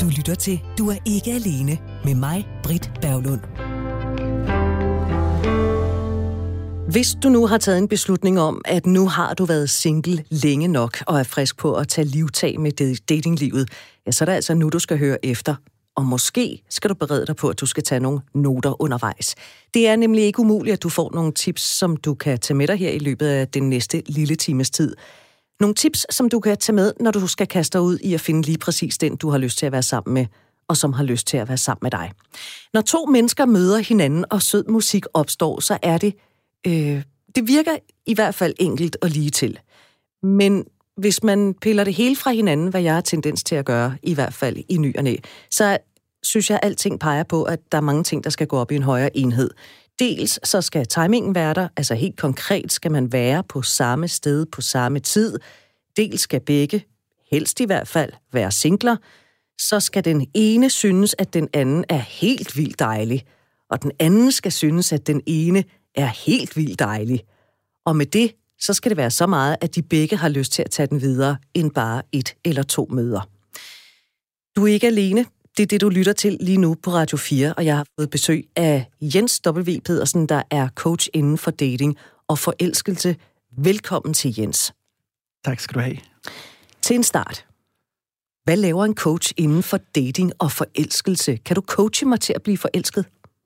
Du lytter til Du er ikke alene med mig, Britt Berglund. Hvis du nu har taget en beslutning om, at nu har du været single længe nok og er frisk på at tage livtag med datinglivet, ja, så er det altså nu, du skal høre efter. Og måske skal du berede dig på, at du skal tage nogle noter undervejs. Det er nemlig ikke umuligt, at du får nogle tips, som du kan tage med dig her i løbet af den næste lille times tid. Nogle tips, som du kan tage med, når du skal kaste dig ud i at finde lige præcis den, du har lyst til at være sammen med, og som har lyst til at være sammen med dig. Når to mennesker møder hinanden, og sød musik opstår, så er det... det virker i hvert fald enkelt og lige til. Men hvis man piller det hele fra hinanden, hvad jeg har tendens til at gøre, i hvert fald i ny og næ, så synes jeg, at alting peger på, at der er mange ting, der skal gå op i en højere enhed. Dels så skal timingen være der, altså helt konkret skal man være på samme sted på samme tid. Dels skal begge, helst i hvert fald, være singler. Så skal den ene synes, at den anden er helt vildt dejlig, og den anden skal synes, at den ene er helt vildt dejlig. Og med det, så skal det være så meget, at de begge har lyst til at tage den videre, end bare 1 eller 2 møder. Du er ikke alene. Det er det, du lytter til lige nu på Radio 4, og jeg har fået besøg af Jens W. Pedersen, der er coach inden for dating og forelskelse. Velkommen til, Jens. Tak skal du have. Til en start. Hvad laver en coach inden for dating og forelskelse? Kan du coache mig til at blive forelsket?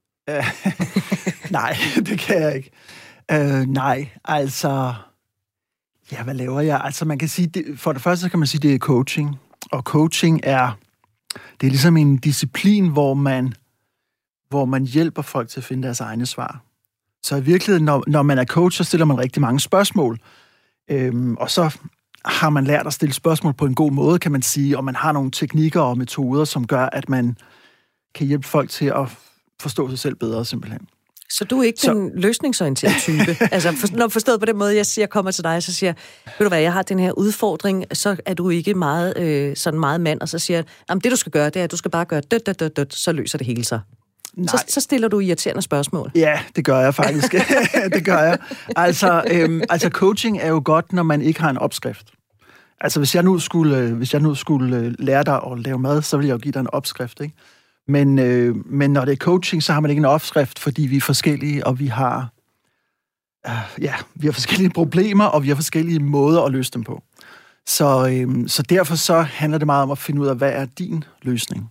Nej, det kan jeg ikke. Nej, altså... Ja, hvad laver jeg? Altså, man kan sige... For det første kan man sige, det er coaching. Og coaching er... Det er ligesom en disciplin, hvor man hjælper folk til at finde deres egne svar. Så i virkeligheden, når man er coach, så stiller man rigtig mange spørgsmål. Og så har man lært at stille spørgsmål på en god måde, kan man sige, og man har nogle teknikker og metoder, som gør, at man kan hjælpe folk til at forstå sig selv bedre, simpelthen. Så du er ikke den løsningsorienterede type? Altså, når forstået på den måde, jeg kommer til dig, så siger ved du hvad, jeg har den her udfordring, så er du ikke meget, sådan meget mand, og så siger jeg, det du skal gøre, det er, at du skal bare gøre dødt, så løser det hele sig. Så stiller du irriterende spørgsmål. Ja, det gør jeg faktisk. Det gør jeg. Altså, coaching er jo godt, når man ikke har en opskrift. Altså, hvis jeg nu skulle lære dig at lave mad, så ville jeg jo give dig en opskrift, ikke? Men når det er coaching, så har man ikke en opskrift, fordi vi er forskellige, og vi har forskellige problemer, og vi har forskellige måder at løse dem på. Så derfor så handler det meget om at finde ud af, hvad er din løsning.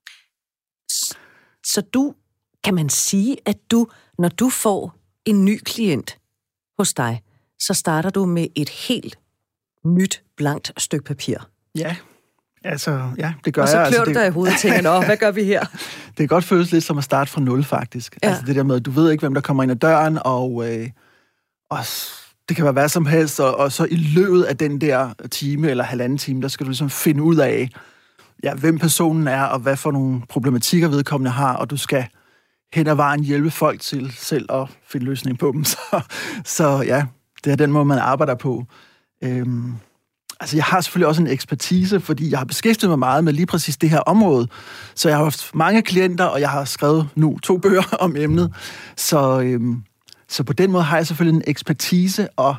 Så kan man sige, at når du får en ny klient hos dig, så starter du med et helt nyt, blankt stykke papir? Ja. Altså, ja, det gør jeg. Og så klør du dig i hovedet og tænker, hvad gør vi her? Det kan godt føles lidt som at starte fra 0, faktisk. Ja. Altså det der med, at du ved ikke, hvem der kommer ind ad døren, og det kan være hvad som helst, og så i løbet af den der time eller 1,5 time, der skal du ligesom finde ud af, hvem personen er, og hvad for nogle problematikker vedkommende har, og du skal hen ad vejen hjælpe folk til selv at finde løsning på dem. Så ja, det er den måde, man arbejder på. Altså, jeg har selvfølgelig også en ekspertise, fordi jeg har beskæftiget mig meget med lige præcis det her område. Så jeg har haft mange klienter, og jeg har skrevet nu 2 bøger om emnet. Så på den måde har jeg selvfølgelig en ekspertise, og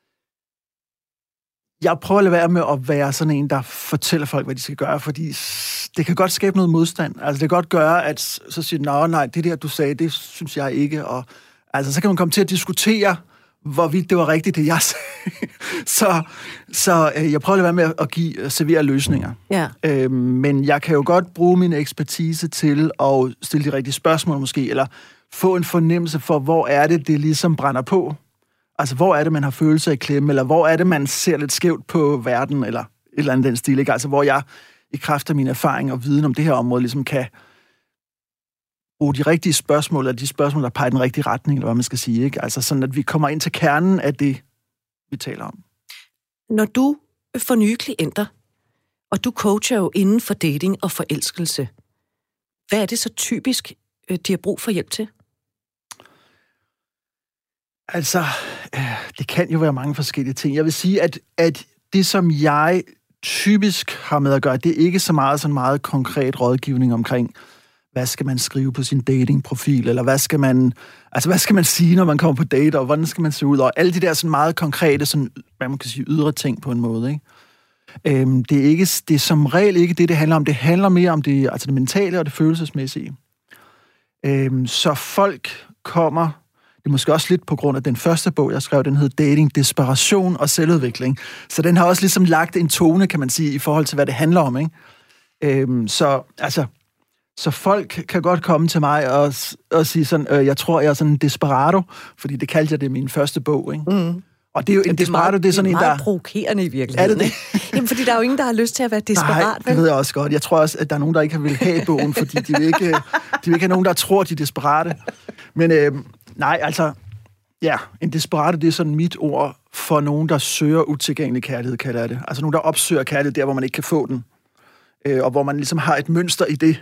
jeg prøver at lade være med at være sådan en, der fortæller folk, hvad de skal gøre, fordi det kan godt skabe noget modstand. Altså, det kan godt gøre, at så siger nej, det der, du sagde, det synes jeg ikke. Og altså, så kan man komme til at diskutere, hvorvidt det var rigtigt, det jeg sagde. Så jeg prøver at lade være med at servere løsninger. Ja. Men jeg kan jo godt bruge min ekspertise til at stille de rigtige spørgsmål måske, eller få en fornemmelse for, hvor er det ligesom brænder på. Altså, hvor er det, man har følelser i klemme, eller hvor er det, man ser lidt skævt på verden, eller et eller andet den stil, ikke? Altså, hvor jeg i kraft af min erfaring og viden om det her område, ligesom kan bruge de rigtige spørgsmål, eller de spørgsmål, der peger i den rigtige retning, eller hvad man skal sige, ikke? Altså, sådan at vi kommer ind til kernen af det, vi taler om. Når du får nye klienter, og du coacher jo inden for dating og forelskelse, hvad er det så typisk, de har brug for hjælp til? Altså, det kan jo være mange forskellige ting. Jeg vil sige, at det, som jeg typisk har med at gøre, det er ikke så meget konkret rådgivning omkring, hvad skal man skrive på sin datingprofil, eller hvad skal man sige, når man kommer på date, og hvordan skal man se ud, og alle de der sådan meget konkrete, sådan, hvad man kan sige, ydre ting på en måde, ikke? Det er som regel ikke det handler om. Det handler mere om det mentale og det følelsesmæssige. Så folk kommer, det er måske også lidt på grund af den første bog, jeg skrev, den hed Dating, Desperation og Selvudvikling. Så den har også ligesom lagt en tone, kan man sige, i forhold til, hvad det handler om, ikke? Så folk kan godt komme til mig og sige sådan, jeg tror, jeg er sådan en desperado, fordi det kaldte jeg det i min første bog, ikke? Mm. Og det er jo en desperado, det er sådan en, der... Det er meget provokerende i virkeligheden, ikke? Jamen, fordi der er jo ingen, der har lyst til at være desperat. Nej, det ved jeg også godt. Jeg tror også, at der er nogen, der ikke vil have bogen, fordi de vil ikke have nogen, der tror, de er desperate. Men en desperate, det er sådan mit ord for nogen, der søger utilgængelig kærlighed, kalder jeg det. Altså nogen, der opsøger kærlighed der, hvor man ikke kan få den. Og hvor man ligesom har et mønster i det.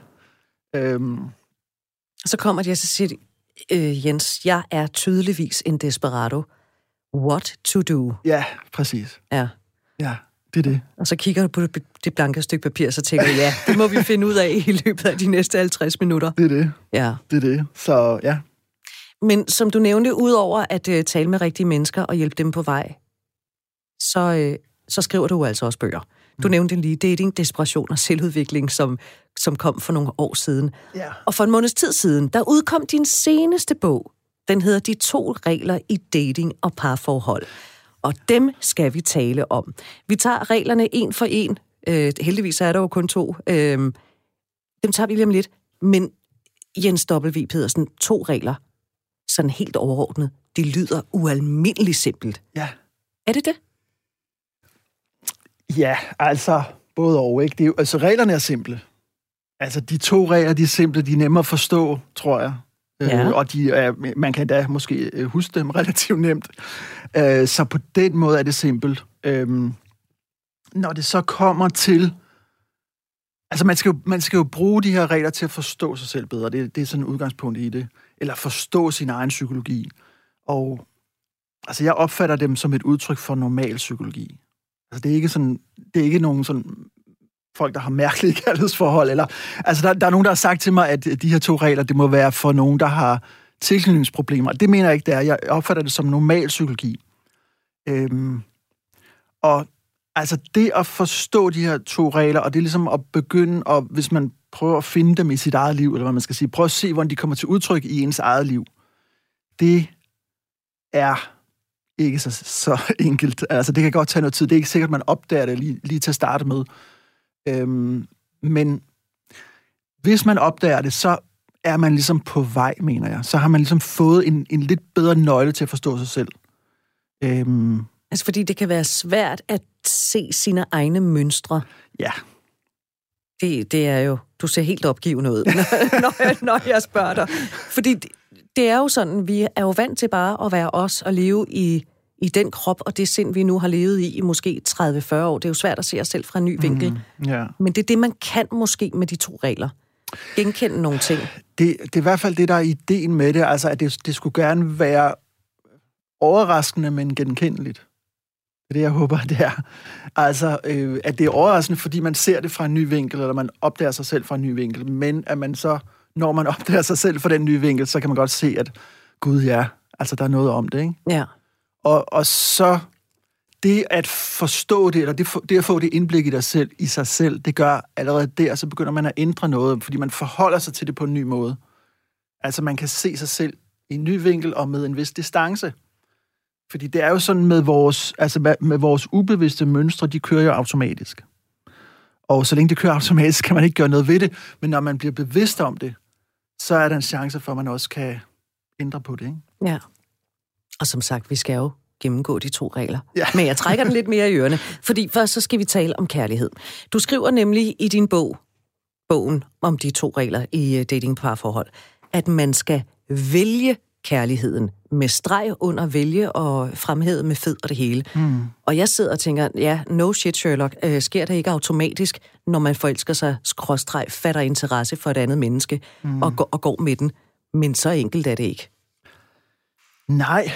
Så kommer de og så siger, Jens, jeg er tydeligvis en desperado. What to do? Ja, præcis. Ja. Ja, det er det. Og så kigger du på det blanke stykke papir, så tænker jeg, ja, det må vi finde ud af i løbet af de næste 50 minutter. Det er det. Ja. Det er det. Så ja. Men som du nævnte, udover at tale med rigtige mennesker og hjælpe dem på vej, så skriver du altså også bøger. Du nævnte lige Dating, Desperation og Selvudvikling, som kom for nogle år siden. Ja. Og for en måneds tid siden, der udkom din seneste bog. Den hedder De 2 regler i dating og parforhold. Og dem skal vi tale om. Vi tager reglerne en for en. Heldigvis er der jo kun 2. Dem tager vi lige om lidt. Men Jens W. Pedersen, 2 regler, sådan helt overordnet, det lyder ualmindeligt simpelt. Ja. Er det det? Ja, altså både og, ikke? Det er jo, altså reglerne er simple. Altså de 2 regler, de er simple, de er nemme at forstå, tror jeg. Ja. Og man kan da måske huske dem relativt nemt. Så på den måde er det simpelt. Når det så kommer til... Altså man skal jo bruge de her regler til at forstå sig selv bedre. Det er sådan et udgangspunkt i det. Eller forstå sin egen psykologi. Og altså jeg opfatter dem som et udtryk for normal psykologi. Altså det er ikke nogen sådan... folk, der har mærkelige kærlighedsforhold, eller... Altså, der er nogen, der har sagt til mig, at de her 2 regler, det må være for nogen, der har tilknytningsproblemer. Det mener jeg ikke, det er. Jeg opfatter det som normal psykologi. Og altså, det at forstå de her 2 regler, og det er ligesom at begynde, og hvis man prøver at finde dem i sit eget liv, eller hvad man skal sige, prøve at se, hvordan de kommer til udtryk i ens eget liv, det er ikke så enkelt. Altså, det kan godt tage noget tid. Det er ikke sikkert, at man opdager det lige til at starte med. Men hvis man opdager det, så er man ligesom på vej, mener jeg. Så har man ligesom fået en lidt bedre nøgle til at forstå sig selv. Altså fordi det kan være svært at se sine egne mønstre. Ja. Det er jo... Du ser helt opgivende ud, når jeg spørger dig. Fordi det er jo sådan, vi er jo vant til bare at være os og leve i den krop og det sind, vi nu har levet i måske 30-40 år. Det er jo svært at se os selv fra en ny vinkel. Yeah. Men det er det, man kan måske med de 2 regler. Genkende nogle ting. Det er i hvert fald det, der er ideen med det. Altså, at det skulle gerne være overraskende, men genkendeligt. Det er det, jeg håber, det er. Altså, at det er overraskende, fordi man ser det fra en ny vinkel, eller man opdager sig selv fra en ny vinkel. Men at man så, når man opdager sig selv fra den nye vinkel, så kan man godt se, at gud ja, altså der er noget om det, ikke? Ja. Og så det at forstå det, eller det at få det indblik i sig selv, det gør allerede der, så begynder man at ændre noget, fordi man forholder sig til det på en ny måde. Altså man kan se sig selv i en ny vinkel og med en vis distance. Fordi det er jo sådan med vores ubevidste mønstre, de kører jo automatisk. Og så længe det kører automatisk, kan man ikke gøre noget ved det, men når man bliver bevidst om det, så er der en chance for, at man også kan ændre på det, ikke? Ja. Og som sagt, vi skal jo gennemgå de 2 regler. Ja. Men jeg trækker den lidt mere i ørerne, fordi først så skal vi tale om kærlighed. Du skriver nemlig i din bogen om de 2 regler i dating-parforhold, at man skal vælge kærligheden med streg under vælge og fremhæve med fed og det hele. Mm. Og jeg sidder og tænker, ja, no shit Sherlock, sker det ikke automatisk, når man forelsker sig, skråstreg, fatter interesse for et andet menneske og går med den. Men så enkelt er det ikke. Nej,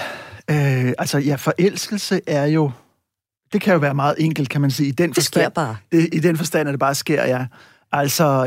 forelskelse er jo... Det kan jo være meget enkelt, kan man sige. I den forstand, sker bare. I den forstand, at det bare sker, ja. Altså,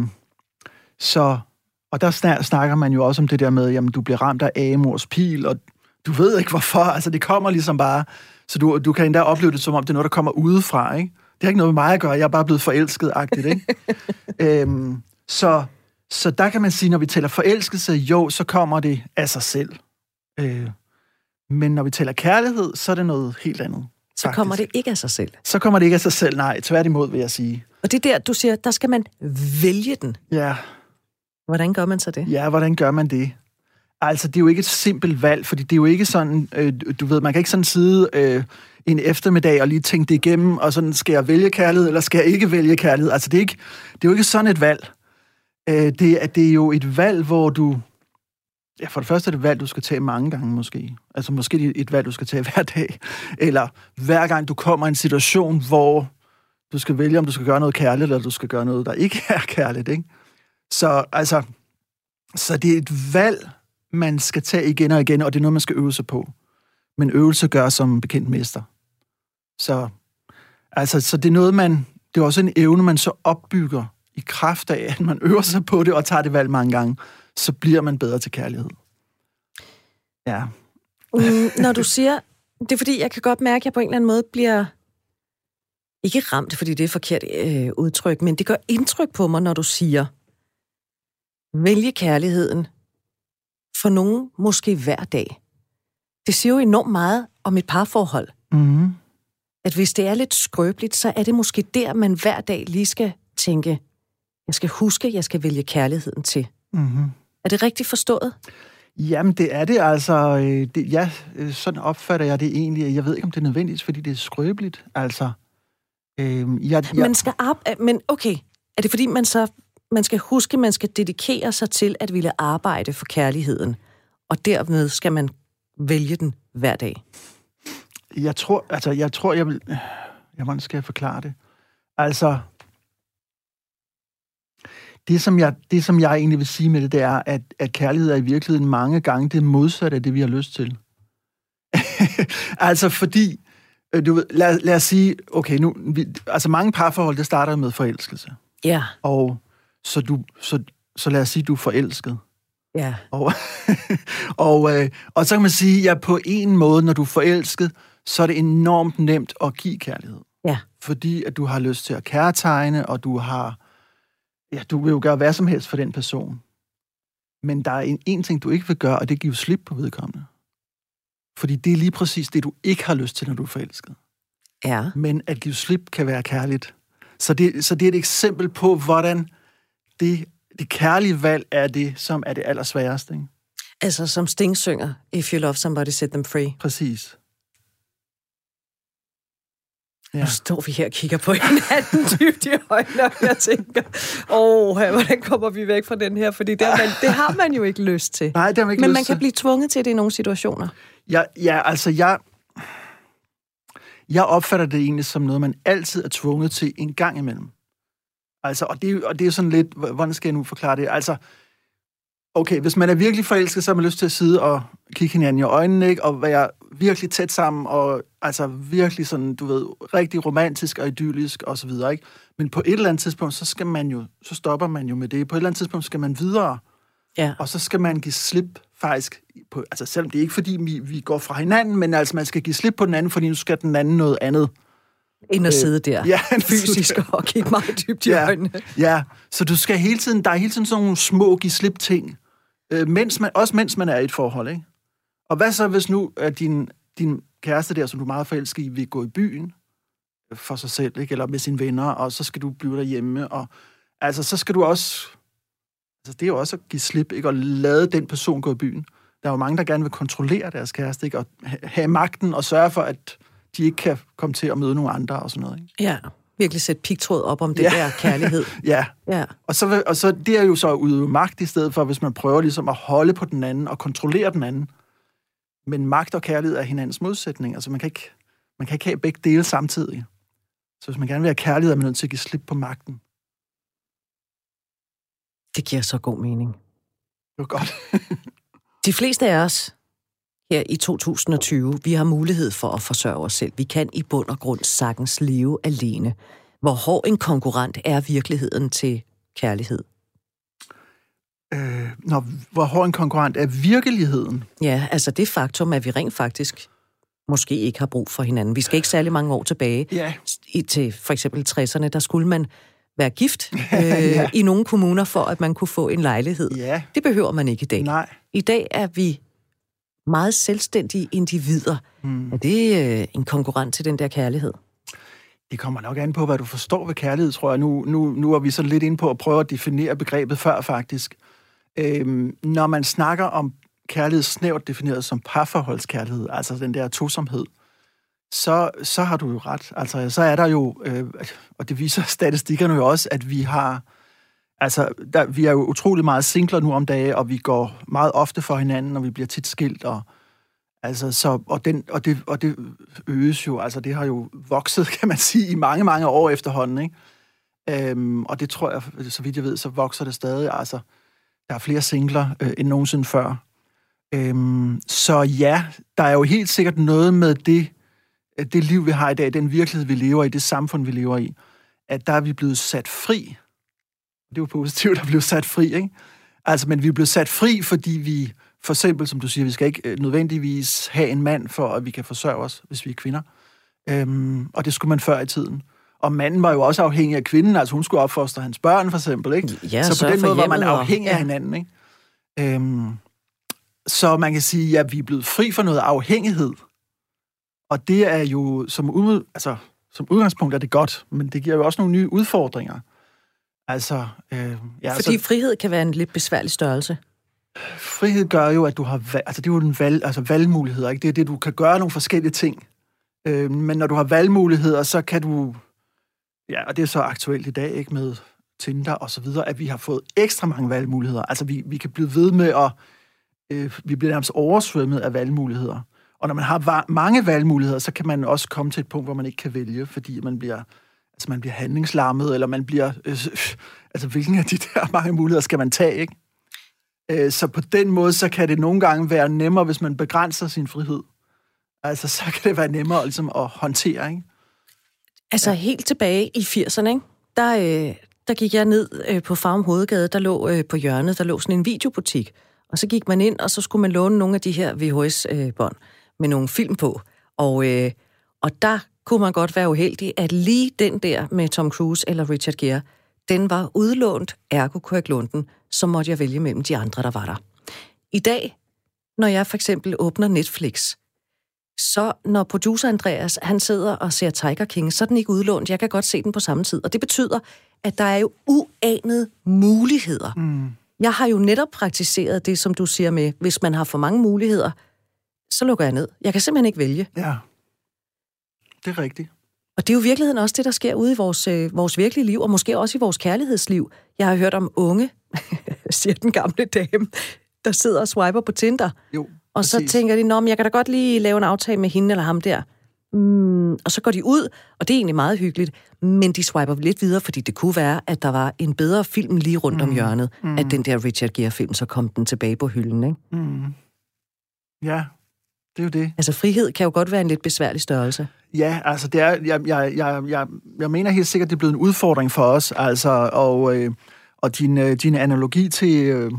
og der snakker man jo også om det der med, jamen, du bliver ramt af Amors pil, og du ved ikke hvorfor. Altså, det kommer ligesom bare... Så du kan endda opleve det, som om det er noget, der kommer udefra, ikke? har ikke noget med mig at gøre, jeg er bare blevet forelsket-agtigt, ikke? Så der kan man sige, når vi taler forelskelse, jo, så kommer det af sig selv. Men når vi taler kærlighed, så er det noget helt andet. Så faktisk. Kommer det ikke af sig selv? Så kommer det ikke af sig selv, nej. Tværtimod, vil jeg sige. Og det er der, du siger, der skal man vælge den. Ja. Hvordan gør man så det? Ja, hvordan gør man det? Altså, det er jo ikke et simpelt valg, fordi det er jo ikke sådan, du ved, man kan ikke sådan sidde en eftermiddag og lige tænke det igennem, og sådan, skal jeg vælge kærlighed, eller skal jeg ikke vælge kærlighed? Altså, det er jo ikke sådan et valg. Det er jo et valg, hvor du... Ja, for det første er det et valg, du skal tage mange gange, måske. Altså, måske et valg, du skal tage hver dag. Eller hver gang, du kommer i en situation, hvor du skal vælge, om du skal gøre noget kærligt, eller du skal gøre noget, der ikke er kærligt, ikke? Så det er et valg, man skal tage igen og igen, og det er noget, man skal øve sig på. Men øvelse gør som bekendt mester. Så det er noget, det er også en evne, man så opbygger i kraft af, at man øver sig på det og tager det valg mange gange, så bliver man bedre til kærlighed. Ja. Når du siger, det er fordi, jeg kan godt mærke, at jeg på en eller anden måde bliver ikke ramt, fordi det er et forkert udtryk, men det gør indtryk på mig, når du siger, vælge kærligheden for nogen måske hver dag. Det siger jo enormt meget om et parforhold. Mm-hmm. At hvis det er lidt skrøbeligt, så er det måske der, man hver dag lige skal tænke, jeg skal huske, jeg skal vælge kærligheden til. Mm-hmm. Er det rigtigt forstået? Jamen, det er det altså. Sådan opfatter jeg det egentlig. Jeg ved ikke, om det er nødvendigt, fordi det er skrøbeligt. Altså, Men okay, er det fordi, man skal huske, man skal dedikere sig til at ville arbejde for kærligheden, og dermed skal man vælge den hver dag? Hvordan skal jeg forklare det? Altså, det som jeg egentlig vil sige med det, det er, at kærlighed er i virkeligheden mange gange det modsatte af det, vi har lyst til. Altså, fordi, lad os sige, okay, mange parforhold, det starter med forelskelse. Ja. Og så lad os sige, du er forelsket. Ja. Og så kan man sige, ja, på en måde, når du er forelsket, så er det enormt nemt at give kærlighed. Ja. Fordi at du har lyst til at kærtegne, og du vil jo gøre hvad som helst for den person. Men der er en ting, du ikke vil gøre, og det giver slip på vedkommende. Fordi det er lige præcis det, du ikke har lyst til, når du er forelsket. Ja. Men at give slip kan være kærligt. Så det er et eksempel på, hvordan det kærlige valg er det, som er det allersværeste. Ikke? Altså som Sting synger, If you love somebody, set them free. Præcis. Ja. Nu står vi her og kigger på hinanden dybt i øjnene, og jeg tænker, hvordan kommer vi væk fra den her? Fordi det har man jo ikke lyst til. Nej, det har man ikke lyst til. Men man kan blive tvunget til det i nogle situationer. Jeg opfatter det egentlig som noget, man altid er tvunget til en gang imellem. Altså, og det er sådan lidt, hvordan skal jeg nu forklare det? Altså, okay, hvis man er virkelig forelsket, så har man lyst til at sidde og kigge hinanden i øjnene, ikke? Og være virkelig tæt sammen, og altså virkelig sådan, du ved, rigtig romantisk og idyllisk og så videre, ikke? Men på et eller andet tidspunkt, så stopper man jo med det. På et eller andet tidspunkt skal man videre. Ja. Og så skal man give slip faktisk på, altså selvom det er ikke fordi vi går fra hinanden, men altså man skal give slip på den anden, fordi nu skal den anden noget andet. End at sidde der fysisk og kigge meget dybt i øjnene. Ja, så der er hele tiden sådan nogle små give slip ting, mens man er i et forhold, ikke? Og hvad så, hvis nu din kæreste der, som du er meget forelsket i, vil gå i byen for sig selv, ikke? Eller med sine venner, og så skal du blive derhjemme, og altså så skal du også, altså det er jo også at give slip, ikke? Og lade den person gå i byen. Der er jo mange, der gerne vil kontrollere deres kæreste, ikke? Og have magten og sørge for, at de ikke kan komme til at møde nogle andre og sådan noget, ikke? Ja, virkelig sætte pigtråd op om det der kærlighed. Ja. Og så det er jo så at udøve magt i stedet for, hvis man prøver ligesom at holde på den anden og kontrollere den anden. Men magt og kærlighed er hinandens modsætning. Altså man kan ikke have begge dele samtidig. Så hvis man gerne vil have kærlighed, er man nødt til at give slip på magten. Det giver så god mening. Det var godt. De fleste af os her i 2020, vi har mulighed for at forsørge os selv. Vi kan i bund og grund sagtens leve alene. Hvor hård en konkurrent er virkeligheden til kærlighed? Hvor hård en konkurrent er virkeligheden? Ja, altså det faktum, at vi rent faktisk måske ikke har brug for hinanden. Vi skal ikke særlig mange år tilbage. Ja. til for eksempel 60'erne, der skulle man være gift i nogle kommuner, for at man kunne få en lejlighed. Ja. Det behøver man ikke i dag. Nej. I dag er vi meget selvstændige individer. Er det en konkurrent til den der kærlighed? Det kommer nok an på, hvad du forstår ved kærlighed, tror jeg. Nu er vi så lidt inde på at prøve at definere begrebet før, faktisk. Når man snakker om kærlighed snævert defineret som parforholdskærlighed, altså den der tosomhed, så har du jo ret. Altså, så er der jo, og det viser statistikkerne jo også, at vi har, vi er jo utrolig meget singler nu om dagen, og vi går meget ofte for hinanden, og vi bliver tit skilt, og det øges jo, altså det har jo vokset, kan man sige, i mange, mange år efterhånden, ikke? Og det tror jeg, så vidt jeg ved, så vokser det stadig, altså der er flere singler end nogensinde før. Så ja, der er jo helt sikkert noget med det liv, vi har i dag, den virkelighed, vi lever i, det samfund, vi lever i, at der er vi blevet sat fri. Det er jo positivt at blive sat fri, ikke? Altså, men vi er blevet sat fri, fordi vi, for eksempel, som du siger, vi skal ikke nødvendigvis have en mand, for at vi kan forsørge os, hvis vi er kvinder. Og det skulle man før i tiden. Og manden var jo også afhængig af kvinden, altså hun skulle opfostre hans børn, for eksempel, ikke? Ja, så på den måde var man afhængig af hinanden, ikke? Så man kan sige, at vi er blevet fri for noget afhængighed. Og det er jo, som udgangspunkt er det godt, men det giver jo også nogle nye udfordringer. Altså, fordi frihed kan være en lidt besværlig størrelse. Frihed gør jo, at du har det er jo valgmuligheder, ikke? Det er det, du kan gøre nogle forskellige ting. Men når du har valgmuligheder, så kan du, og det er så aktuelt i dag, ikke, med Tinder og så videre, at vi har fået ekstra mange valgmuligheder. Altså, vi kan blive ved med at, vi bliver nærmest oversvømmet af valgmuligheder. Og når man har mange valgmuligheder, så kan man også komme til et punkt, hvor man ikke kan vælge, fordi man bliver handlingslammet, eller man bliver, hvilken af de der mange muligheder skal man tage, ikke? Så på den måde, så kan det nogle gange være nemmere, hvis man begrænser sin frihed. Altså, så kan det være nemmere ligesom at håndtere, ikke? Altså, helt tilbage i 80'erne, ikke? Der gik jeg ned på Farum Hovedgade, der lå på hjørnet, der lå sådan en videobutik. Og så gik man ind, og så skulle man låne nogle af de her VHS-bånd med nogle film på. Og der kunne man godt være uheldig, at lige den der med Tom Cruise eller Richard Gere, den var udlånt, ergo kunne jeg låne den, så måtte jeg vælge mellem de andre, der var der. I dag, når jeg for eksempel åbner Netflix, så når producer Andreas, han sidder og ser Tiger King, så er den ikke udlånt. Jeg kan godt se den på samme tid. Og det betyder, at der er jo uanede muligheder. Jeg har jo netop praktiseret det, som du siger med, hvis man har for mange muligheder, så lukker jeg ned. Jeg kan simpelthen ikke vælge. Ja, det er rigtigt. Og det er jo i virkeligheden også det, der sker ude i vores virkelige liv, og måske også i vores kærlighedsliv. Jeg har hørt om unge, siger den gamle dame, der sidder og swiper på Tinder. Jo, og så tænker de, men jeg kan da godt lige lave en aftale med hende eller ham der. Og så går de ud, og det er egentlig meget hyggeligt, men de swiper lidt videre, fordi det kunne være, at der var en bedre film lige rundt om hjørnet, at den der Richard Gere-film, så kom den tilbage på hylden, ikke? Ja, det er jo det. Altså, frihed kan jo godt være en lidt besværlig størrelse. Ja, altså, det er, jeg mener helt sikkert, det er blevet en udfordring for os, altså, og din analogi til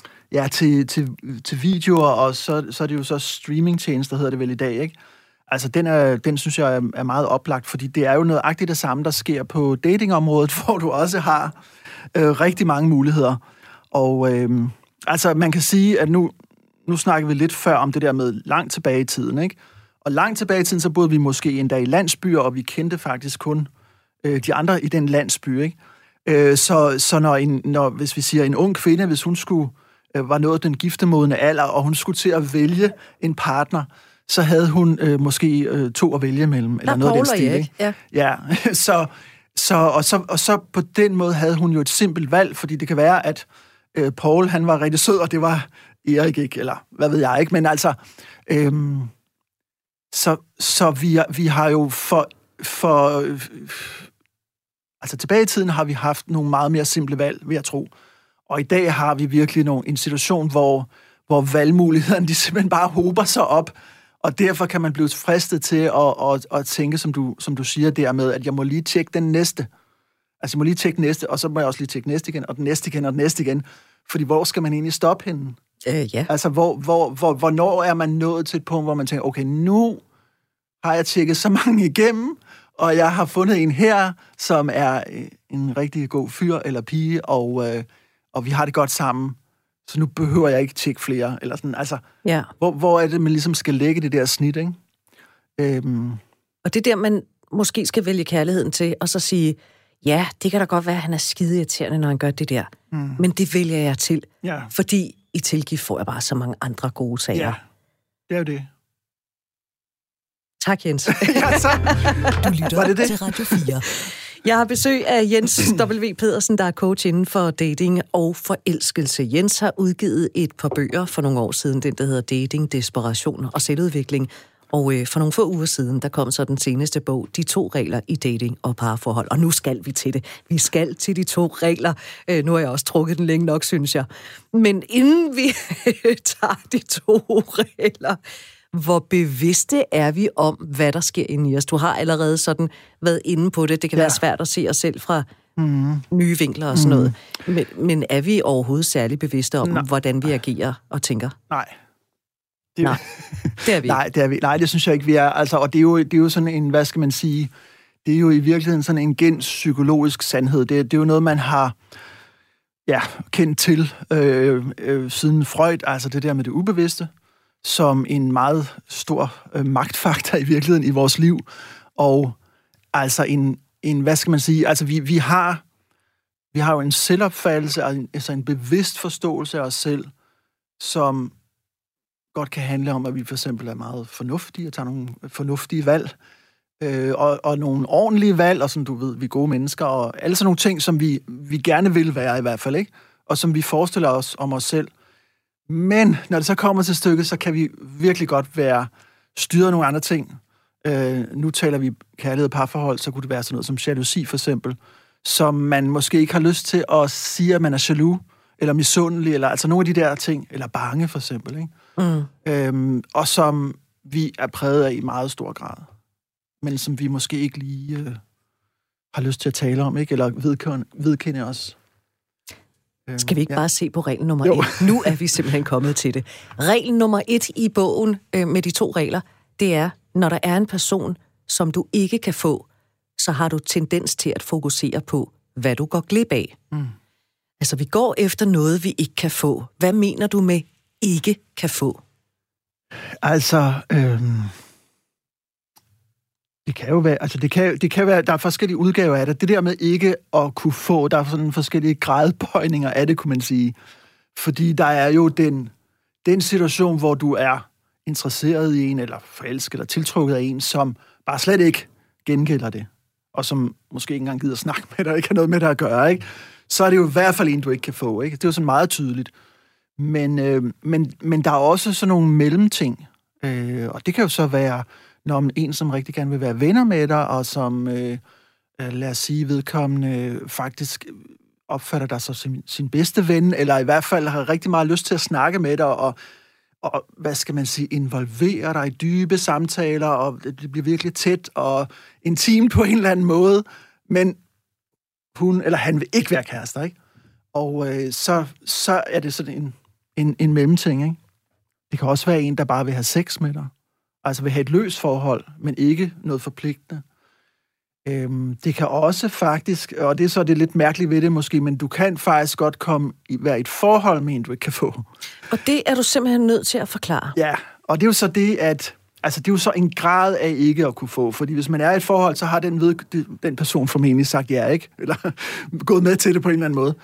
videoer, og så er det jo så streamingtjenester, hedder det vel i dag, ikke? Altså, den synes jeg er meget oplagt, fordi det er jo nøjagtigt det samme, der sker på datingområdet, hvor du også har rigtig mange muligheder. Og altså, man kan sige, at nu snakker vi lidt før om det der med langt tilbage i tiden, ikke? Og langt tilbage i tiden, så boede vi måske endda i landsbyer, og vi kendte faktisk kun de andre i den landsby, ikke? Så når hvis vi siger en ung kvinde, hvis hun var nået den giftemodne alder, og hun skulle til at vælge en partner, så havde hun måske 2 at vælge mellem, eller noget af den stil, ikke? Ja. Så på den måde havde hun jo et simpelt valg, fordi det kan være, at Paul, han var rigtig sød, og det var Erik ikke, eller hvad ved jeg ikke, men altså, så vi har jo altså tilbage i tiden har vi haft nogle meget mere simple valg, vil jeg tro. Og i dag har vi virkelig en situation, hvor valgmulighederne, de simpelthen bare hober sig op, og derfor kan man blive fristet til at tænke, som du siger der med, at jeg må lige tjekke den næste. Altså, jeg må lige tjekke den næste, og så må jeg også lige tjekke næste igen, og den næste igen, og den næste igen. Fordi hvor skal man egentlig stoppe henne? Ja. Altså, hvornår er man nået til et punkt, hvor man tænker, okay, nu har jeg tjekket så mange igennem, og jeg har fundet en her, som er en rigtig god fyr eller pige, og vi har det godt sammen. Så nu behøver jeg ikke tjekke flere. Eller sådan. Altså, ja. Hvor er det, man ligesom skal lægge det der snit, ikke? Og det er der, man måske skal vælge kærligheden til, og så sige, ja, det kan da godt være, at han er skide irriterende, når han gør det der. Men det vælger jeg til, fordi i tilgift får jeg bare så mange andre gode sager. Ja, det er jo det. Tak, Jens. Ja, så. Du lytter til Radio 4. Jeg har besøg af Jens W. Pedersen, der er coach inden for dating og forelskelse. Jens har udgivet et par bøger for nogle år siden, den der hedder Dating, Desperation og Selvudvikling. Og for nogle få uger siden, der kom så den seneste bog, De 2 regler i dating og parforhold. Og nu skal vi til det. Vi skal til de 2 regler. Nu har jeg også trukket den længe nok, synes jeg. Men inden vi tager de 2 regler, hvor bevidste er vi om, hvad der sker inde i os? Du har allerede sådan været inde på det. Det kan være svært at se os selv fra nye vinkler og sådan noget. Men er vi overhovedet særlig bevidste om, hvordan vi agerer og tænker? Nej. Det er vi ikke. Nej, det synes jeg ikke, vi er. Altså, og det er jo sådan en, hvad skal man sige, det er jo i virkeligheden sådan en gens psykologisk sandhed. Det er jo noget, man har kendt til siden Freud, altså det der med det ubevidste, som en meget stor magtfaktor i virkeligheden i vores liv. Og altså en hvad skal man sige, altså vi har jo en selvopfattelse, altså en bevidst forståelse af os selv, som godt kan handle om, at vi for eksempel er meget fornuftige og tager nogle fornuftige valg, og nogle ordentlige valg, og som du ved, vi er gode mennesker, og alle sådan nogle ting, som vi gerne vil være i hvert fald, ikke? Og som vi forestiller os om os selv. Men når det så kommer til stykket, så kan vi virkelig godt være styret af nogle andre ting. Nu taler vi kærlighed og parforhold, så kunne det være sådan noget som jalousi for eksempel, som man måske ikke har lyst til at sige, at man er jaloux, eller misundelig, eller altså nogle af de der ting, eller bange for eksempel, ikke? Og som vi er præget af i meget stor grad, men som vi måske ikke lige har lyst til at tale om, ikke? Eller vedkende os. Skal vi ikke bare se på regel nummer 1? Nu er vi simpelthen kommet til det. Regel nummer 1 i bogen med de 2 regler, det er, når der er en person, som du ikke kan få, så har du tendens til at fokusere på, hvad du går glip af. Altså, vi går efter noget, vi ikke kan få. Hvad mener du med ikke kan få? Altså, det kan jo være, altså det kan være, der er forskellige udgaver af det. Det der med ikke at kunne få, der er sådan forskellige gradbøjninger af det, kunne man sige. Fordi der er jo den situation, hvor du er interesseret i en, eller forelsket, eller tiltrukket af en, som bare slet ikke gengælder det, og som måske ikke engang gider snakke med dig, ikke har noget med dig at gøre, ikke? Så er det jo i hvert fald en, du ikke kan få, ikke? Det er jo sådan meget tydeligt. Men der er også sådan nogle mellemting, og det kan jo så være, når en, som rigtig gerne vil være venner med dig, og som, lad os sige, vedkommende faktisk opfatter dig som sin bedste ven, eller i hvert fald har rigtig meget lyst til at snakke med dig, og hvad skal man sige, involvere dig i dybe samtaler, og det bliver virkelig tæt og intimt på en eller anden måde, men hun eller han vil ikke være kærester, ikke? Og så er det sådan en mellemting, ikke? Det kan også være en, der bare vil have sex med dig. Altså vil have et løst forhold, men ikke noget forpligtende. Det kan også faktisk, og det er så det lidt mærkeligt ved det måske, men du kan faktisk godt være i et forhold med en, du ikke kan få. Og det er du simpelthen nødt til at forklare. Ja, og det er jo så det, at altså det er jo så en grad af ikke at kunne få, fordi hvis man er i et forhold, så har den person formentlig sagt ja, ikke? Eller gået med til det på en eller anden måde.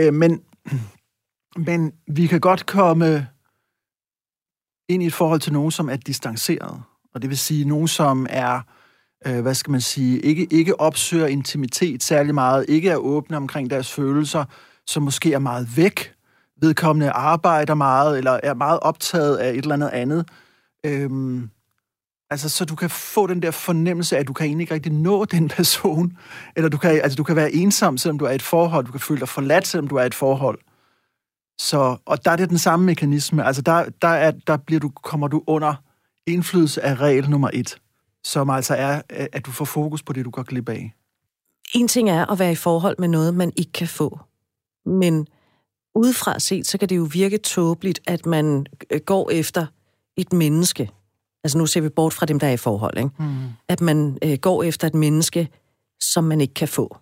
Men vi kan godt komme ind i et forhold til nogen, som er distanceret. Og det vil sige nogen, som er, hvad skal man sige, ikke opsøger intimitet særlig meget, ikke er åbne omkring deres følelser, som måske er meget væk. Vedkommende arbejder meget, eller er meget optaget af et eller andet. Altså, så du kan få den der fornemmelse af, at du kan egentlig ikke rigtig nå den person. Eller du kan være ensom, selvom du er i et forhold. Du kan føle dig forladt, selvom du er i et forhold. Så, og der er det den samme mekanisme. Altså, kommer du under indflydelse af regel nummer 1, som altså er, at du får fokus på det, du går glip af. En ting er at være i forhold med noget, man ikke kan få. Men udefra set, så kan det jo virke tåbeligt, at man går efter et menneske, Altså nu ser vi bort fra dem, der er i forhold, ikke? At man går efter et menneske, som man ikke kan få.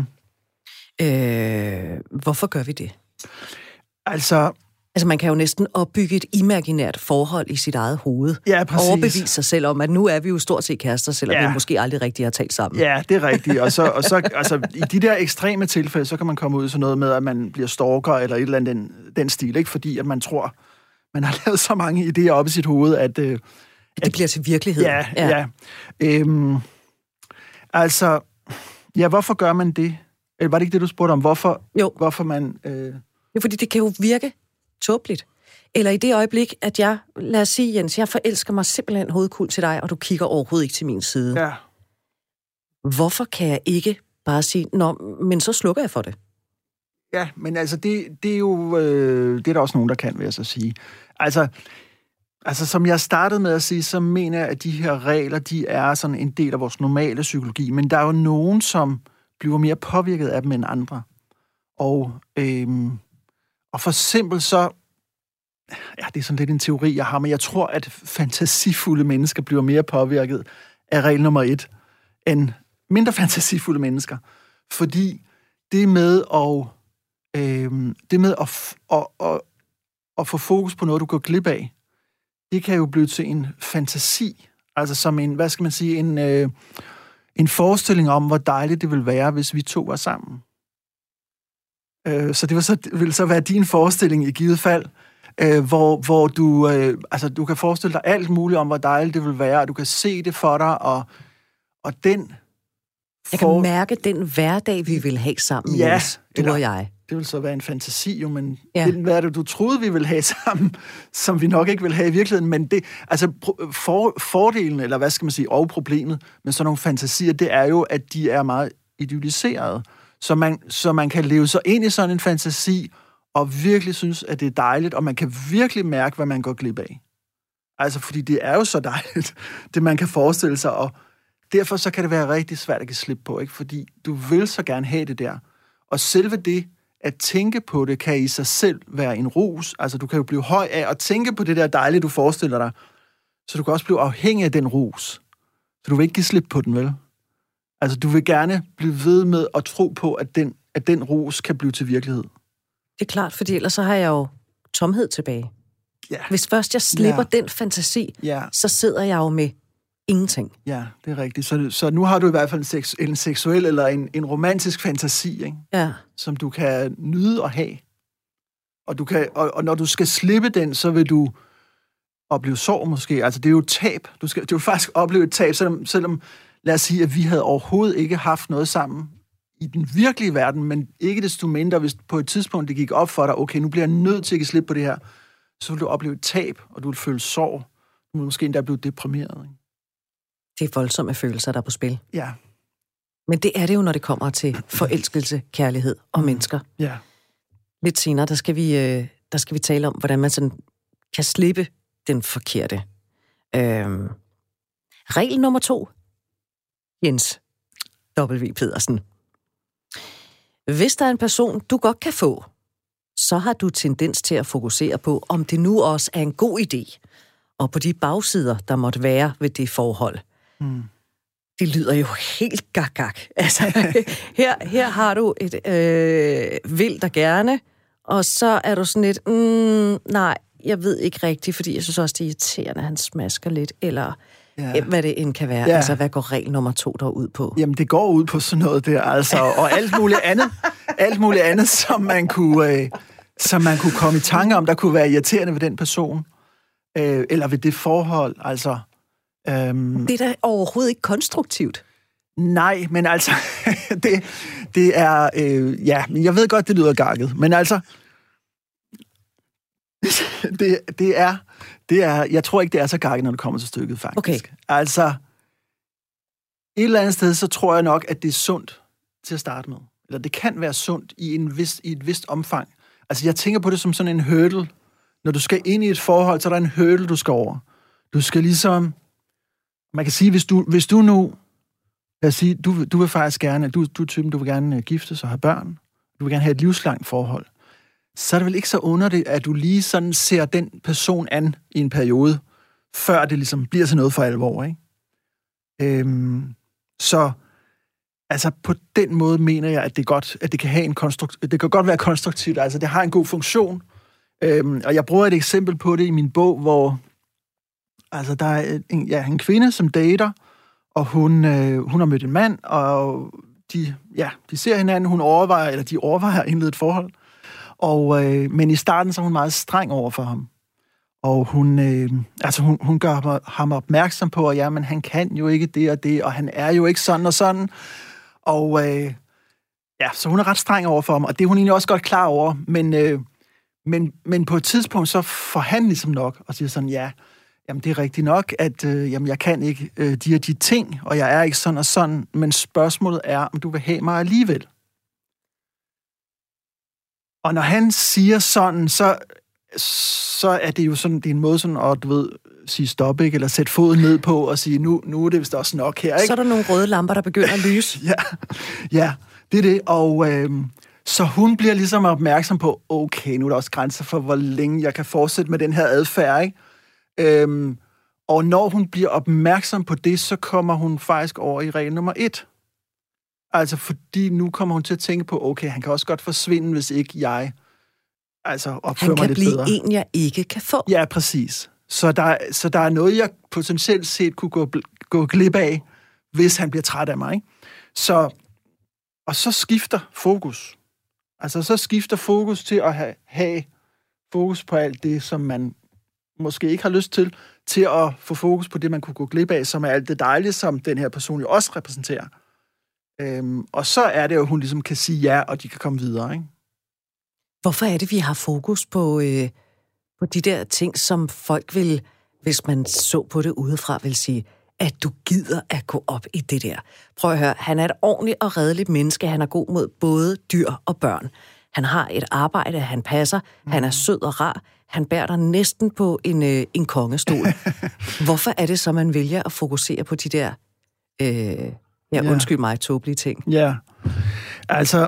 Hvorfor gør vi det? Altså, man kan jo næsten opbygge et imaginært forhold i sit eget hoved. Ja, præcis. Og overbevise sig selv om, at nu er vi jo stort set kærester, selvom vi måske aldrig rigtig har talt sammen. Ja, det er rigtigt. Og så altså, i de der ekstreme tilfælde, så kan man komme ud til noget med, at man bliver stalker eller et eller andet den stil, ikke? Fordi at man tror, man har lavet så mange idéer op i sit hoved, at det bliver til virkelighed. Ja. Altså, hvorfor gør man det? Var det ikke det, du spurgte om? Hvorfor man... Jo, fordi det kan jo virke tåbeligt. Eller i det øjeblik, at lad os sige, Jens, jeg forelsker mig simpelthen hovedkuld til dig, og du kigger overhovedet ikke til min side. Ja. Hvorfor kan jeg ikke bare sige, men så slukker jeg for det? Ja, men altså, det er jo... det er der også nogen, der kan, vil jeg så sige. Altså, som jeg startede med at sige, så mener jeg, at de her regler, de er sådan en del af vores normale psykologi, men der er jo nogen, som bliver mere påvirket af dem end andre. Og for eksempel så... Ja, det er sådan lidt en teori, jeg har, men jeg tror, at fantasifulde mennesker bliver mere påvirket af regel nummer 1, end mindre fantasifulde mennesker. Fordi det med at få fokus på noget, du går glip af, det kan jo blive til en fantasi. Altså som en, hvad skal man sige, en forestilling om, hvor dejligt det vil være, hvis vi to var sammen. Så det vil så være din forestilling i givet fald, hvor du kan forestille dig alt muligt om, hvor dejligt det vil være, og du kan se det for dig, og den... Jeg kan mærke den hverdag, vi vil have sammen, Jens, du og jeg. Det vil så være en fantasi, jo, men den hverdag, du troede, vi ville have sammen, som vi nok ikke vil have i virkeligheden, men det, altså fordelen, eller hvad skal man sige, og problemet med sådan nogle fantasier, det er jo, at de er meget idealiserede, så man kan leve sig ind i sådan en fantasi, og virkelig synes, at det er dejligt, og man kan virkelig mærke, hvad man går glip af. Altså, fordi det er jo så dejligt, det man kan forestille sig, og derfor så kan det være rigtig svært at give slip på, ikke? Fordi du vil så gerne have det der. Og selve det, at tænke på det, kan i sig selv være en rus. Altså, du kan jo blive høj af at tænke på det der dejlige, du forestiller dig. Så du kan også blive afhængig af den rus. Så du vil ikke give slip på den, vel? Altså, du vil gerne blive ved med at tro på, at den rus kan blive til virkelighed. Det er klart, fordi ellers så har jeg jo tomhed tilbage. Ja. Hvis først jeg slipper den fantasi, så sidder jeg jo med ingenting. Ja, det er rigtigt. Så nu har du i hvert fald en seksuel eller en romantisk fantasi, ikke? Ja. Som du kan nyde at have. Og når du skal slippe den, så vil du opleve sorg måske. Altså, det er jo et tab. Du vil faktisk opleve et tab, selvom lad os sige, at vi havde overhovedet ikke haft noget sammen i den virkelige verden, men ikke desto mindre, hvis på et tidspunkt det gik op for dig, okay, nu bliver jeg nødt til at give slip på det her, så vil du opleve et tab, og du vil føle sorg. Du vil måske endda blive deprimeret, ikke? Det er voldsomme følelser, der er på spil. Ja. Men det er det jo, når det kommer til forelskelse, kærlighed og mennesker. Ja. Lidt senere, der skal vi tale om, hvordan man sådan kan slippe den forkerte. Regel nummer 2. Jens W. Pedersen. Hvis der er en person, du godt kan få, så har du tendens til at fokusere på, om det nu også er en god idé, og på de bagsider, der måtte være ved det forhold. Det lyder jo helt gak. Altså, her har du et vil der gerne, og så er du sådan lidt, nej, jeg ved ikke rigtigt, fordi jeg synes også, det er irriterende, at han smasker lidt, eller hvad det end kan være. Ja. Altså, hvad går regel nummer 2 der ud på? Jamen, det går ud på sådan noget der, altså, og alt muligt andet, som man kunne komme i tanke om, der kunne være irriterende ved den person, eller ved det forhold, altså. Det er da overhovedet ikke konstruktivt. Nej, men altså, det er, men jeg ved godt, det lyder gakket, men altså, det er, jeg tror ikke, det er så gakket, når det kommer til stykket, faktisk. Okay. Altså, et eller andet sted, så tror jeg nok, at det er sundt til at starte med. Eller det kan være sundt i et vist omfang. Altså, jeg tænker på det som sådan en hurdle. Når du skal ind i et forhold, så er der en hurdle, du skal over. Du skal ligesom... Man kan sige, hvis du nu... Lad os sige, du vil faktisk gerne... Du er typen, du vil gerne giftes og have børn. Du vil gerne have et livslangt forhold. Så er det vel ikke så underligt, at du lige sådan ser den person an i en periode, før det ligesom bliver til noget for alvor, ikke? Så altså på den måde mener jeg, at det godt, at det kan have det kan godt være konstruktivt, altså det har en god funktion. Og jeg bruger et eksempel på det i min bog, hvor altså der er en kvinde, som dater, og hun har mødt en mand, og de ser hinanden, de overvejer at indlede et forhold. Men i starten så er hun meget streng over for ham. Og hun gør ham opmærksom på, at jamen, han kan jo ikke det og det, og han er jo ikke sådan og sådan. Og så hun er ret streng over for ham, og det er hun egentlig også godt klar over. Men på et tidspunkt, så får han ligesom nok, og siger sådan, jamen det er rigtigt nok, at jeg kan ikke de og de ting, og jeg er ikke sådan og sådan, men spørgsmålet er, om du vil have mig alligevel. Og når han siger sådan, så er det jo sådan, det er en måde sådan at, sige stop, ikke? Eller sætte foden ned på og sige, nu er det vist også nok her, ikke? Så er der nogle røde lamper, der begynder at lyse. Ja, det er det. Og så hun bliver ligesom opmærksom på, okay, nu er der også grænser for, hvor længe jeg kan fortsætte med den her adfærd, ikke? Og når hun bliver opmærksom på det, så kommer hun faktisk over i regel nummer 1. Altså fordi nu kommer hun til at tænke på, okay, han kan også godt forsvinde, hvis ikke jeg opfører mig lidt bedre. Han kan blive en, jeg ikke kan få. Ja, præcis. Så der er noget, jeg potentielt set kunne gå glip af, hvis han bliver træt af mig, ikke? Og så skifter fokus. Altså, så skifter fokus til at have fokus på alt det, som man måske ikke har lyst til at få fokus på det, man kunne gå glip af, som er alt det dejlige, som den her person jo også repræsenterer. Og så er det jo, hun ligesom kan sige ja, og de kan komme videre, ikke? Hvorfor er det, vi har fokus på de der ting, som folk vil, hvis man så på det udefra, vil sige, at du gider at gå op i det der? Prøv at høre, han er et ordentligt og redeligt menneske. Han er god mod både dyr og børn. Han har et arbejde, han passer. Han er sød og rar. Han bærer dig næsten på en kongestol. Hvorfor er det så, man vælger at fokusere på de der, undskyld mig, tåbelige ting? Ja, altså...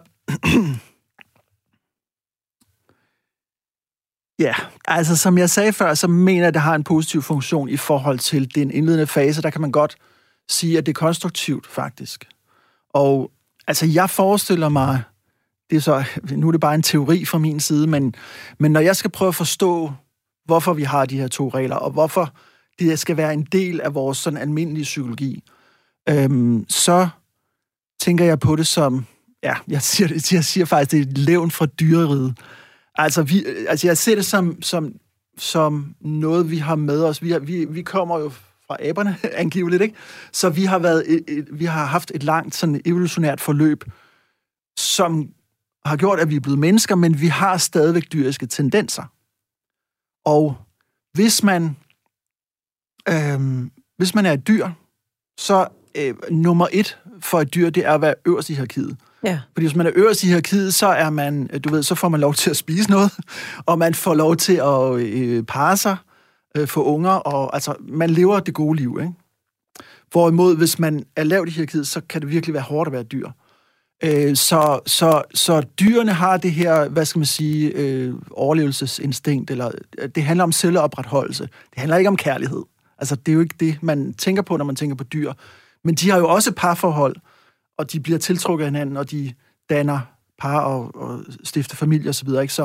Ja, altså som jeg sagde før, så mener jeg, at det har en positiv funktion i forhold til den indledende fase. Der kan man godt sige, at det er konstruktivt, faktisk. Og altså, jeg forestiller mig, nu er det bare en teori fra min side, men når jeg skal prøve at forstå, hvorfor vi har de her 2 regler, og hvorfor det skal være en del af vores sådan almindelige psykologi, så tænker jeg på det som, jeg siger faktisk, det er et levn fra dyreriget. Altså, jeg ser det som noget, vi har med os. Vi kommer jo fra aberne, angiveligt, ikke? Så vi har haft et langt sådan evolutionært forløb, som har gjort, at vi er blevet mennesker, men vi har stadigvæk dyriske tendenser. Og hvis man er et dyr, så nummer 1 for et dyr, det er at være øverst i hierarkiet. Ja. Fordi hvis man er øverst i hierarkiet, så er man, så får man lov til at spise noget, og man får lov til at parre sig, få unger, og altså, man lever det gode liv, ikke? Hvorimod, hvis man er lavt i hierarkiet, så kan det virkelig være hårdt at være dyr. Så dyrene har det her, hvad skal man sige, overlevelsesinstinkt, eller det handler om selvopretholdelse. Det handler ikke om kærlighed. Altså, det er jo ikke det, man tænker på, når man tænker på dyr. Men de har jo også parforhold, og de bliver tiltrukket af hinanden, og de danner par og stifter familie og så videre, ikke?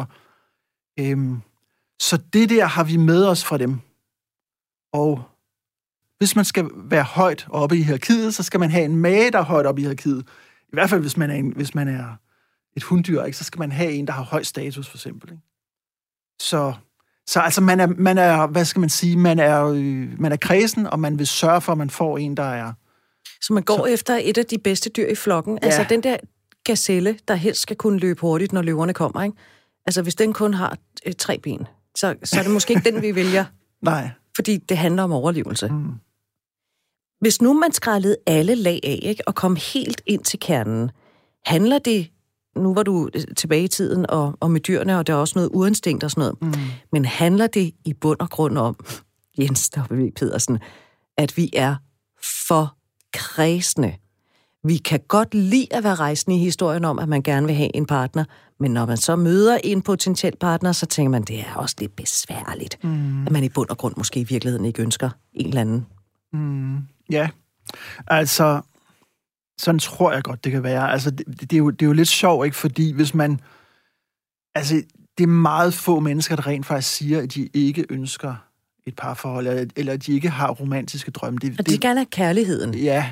Så det der har vi med os fra dem. Og hvis man skal være højt oppe i hierarkiet, så skal man have en mage, der er højt oppe i hierarkiet. I hvert fald, hvis man er et hunddyr, ikke? Så skal man have en, der har høj status, for eksempel, ikke? Så altså, man er, hvad skal man sige, man er kredsen, og man vil sørge for, at man får en, der er... Så man går efter et af de bedste dyr i flokken. Ja. Altså den der gazelle, der helst skal kunne løbe hurtigt, når løverne kommer, ikke? Altså hvis den kun har 3 ben, så er det måske ikke den, vi vælger. Nej. Fordi det handler om overlevelse. Hvis nu man skrællede alle lag af, ikke, og kom helt ind til kernen, handler det, nu var du tilbage i tiden og med dyrene, og der er også noget uinstinkt og sådan noget, men handler det i bund og grund om, Jens W. Pedersen, at vi er for kredsende. Vi kan godt lide at være rejsende i historien om, at man gerne vil have en partner, men når man så møder en potentiel partner, så tænker man, det er også lidt besværligt, at man i bund og grund måske i virkeligheden ikke ønsker en eller anden. Ja, altså, sådan tror jeg godt, det kan være. Altså, det er jo lidt sjovt, ikke? Fordi hvis man... Altså, det er meget få mennesker, der rent faktisk siger, at de ikke ønsker et parforhold, eller at de ikke har romantiske drømme. Og de gerne have kærligheden. Ja.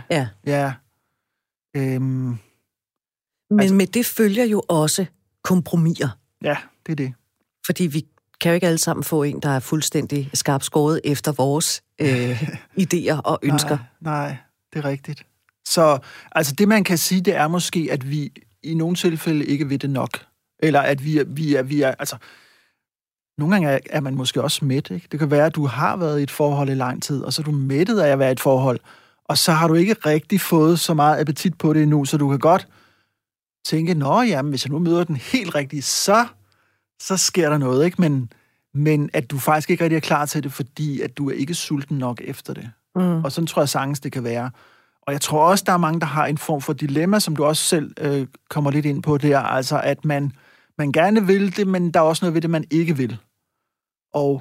Men med det følger jo også kompromiser. Ja, det er det. Fordi vi kan jo ikke alle sammen få en, der er fuldstændig skarpskåret efter vores idéer og ønsker. Nej, det er rigtigt. Så altså det, man kan sige, det er måske, at vi i nogle tilfælde ikke ved det nok. Eller at vi er altså... Nogle gange er man måske også mæt, ikke? Det kan være, at du har været i et forhold i lang tid, og så er du mættet af at være i et forhold, og så har du ikke rigtig fået så meget appetit på det endnu, så du kan godt tænke, jamen, hvis jeg nu møder den helt rigtige, så sker der noget, ikke? Men at du faktisk ikke rigtig er klar til det, fordi at du er ikke sulten nok efter det. Og sådan tror jeg sagtens, det kan være. Og jeg tror også, der er mange, der har en form for dilemma, som du også selv kommer lidt ind på der, altså at man gerne vil det, men der er også noget ved det, man ikke vil. Og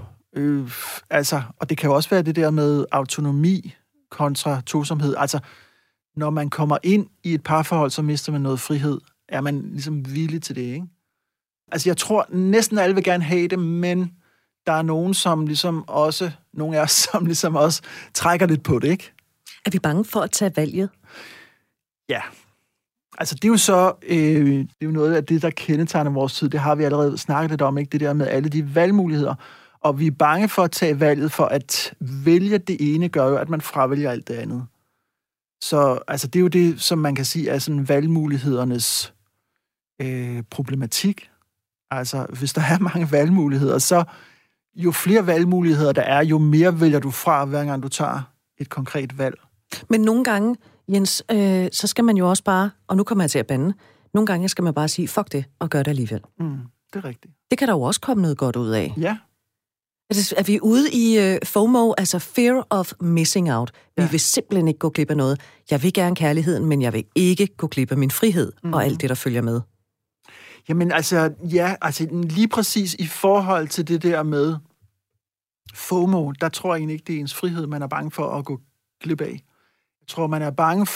og det kan jo også være det der med autonomi kontra tosomhed. Altså, når man kommer ind i et parforhold, så mister man noget frihed. Er man ligesom villig til det, ikke? Altså, jeg tror, næsten alle vil gerne have det, men der er nogen, som ligesom også, nogle af os, som ligesom også trækker lidt på det, ikke? Er vi bange for at tage valget? Ja. Altså, det er jo så, det er jo noget af det, der kendetegner vores tid. Det har vi allerede snakket lidt om, ikke? Det der med alle de valgmuligheder. Og vi er bange for at tage valget, for at vælge det ene gør jo, at man fravælger alt det andet. Så altså, det er jo det, som man kan sige er sådan valgmulighedernes problematik. Altså, hvis der er mange valgmuligheder, så jo flere valgmuligheder der er, jo mere vælger du fra, hver gang du tager et konkret valg. Men nogle gange, Jens, så skal man jo også bare, og nu kommer jeg til at bande, nogle gange skal man bare sige, fuck det, og gøre det alligevel. Det er rigtigt. Det kan der jo også komme noget godt ud af. Ja. Altså, er vi ude i FOMO, altså fear of missing out? Vi vil simpelthen ikke gå glip af noget. Jeg vil gerne kærligheden, men jeg vil ikke gå glip af min frihed og alt det, der følger med. Jamen altså, lige præcis i forhold til det der med FOMO, der tror jeg egentlig ikke, det er ens frihed, man er bange for at gå glip af. Jeg tror, man er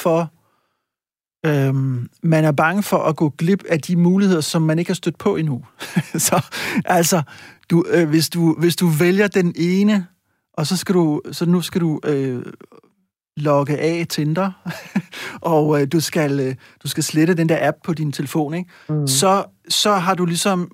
bange for at gå glip af de muligheder, som man ikke har stødt på endnu. Så altså, hvis du vælger den ene, og nu skal du logge af Tinder, og du skal slette den der app på din telefon, ikke? Så har du ligesom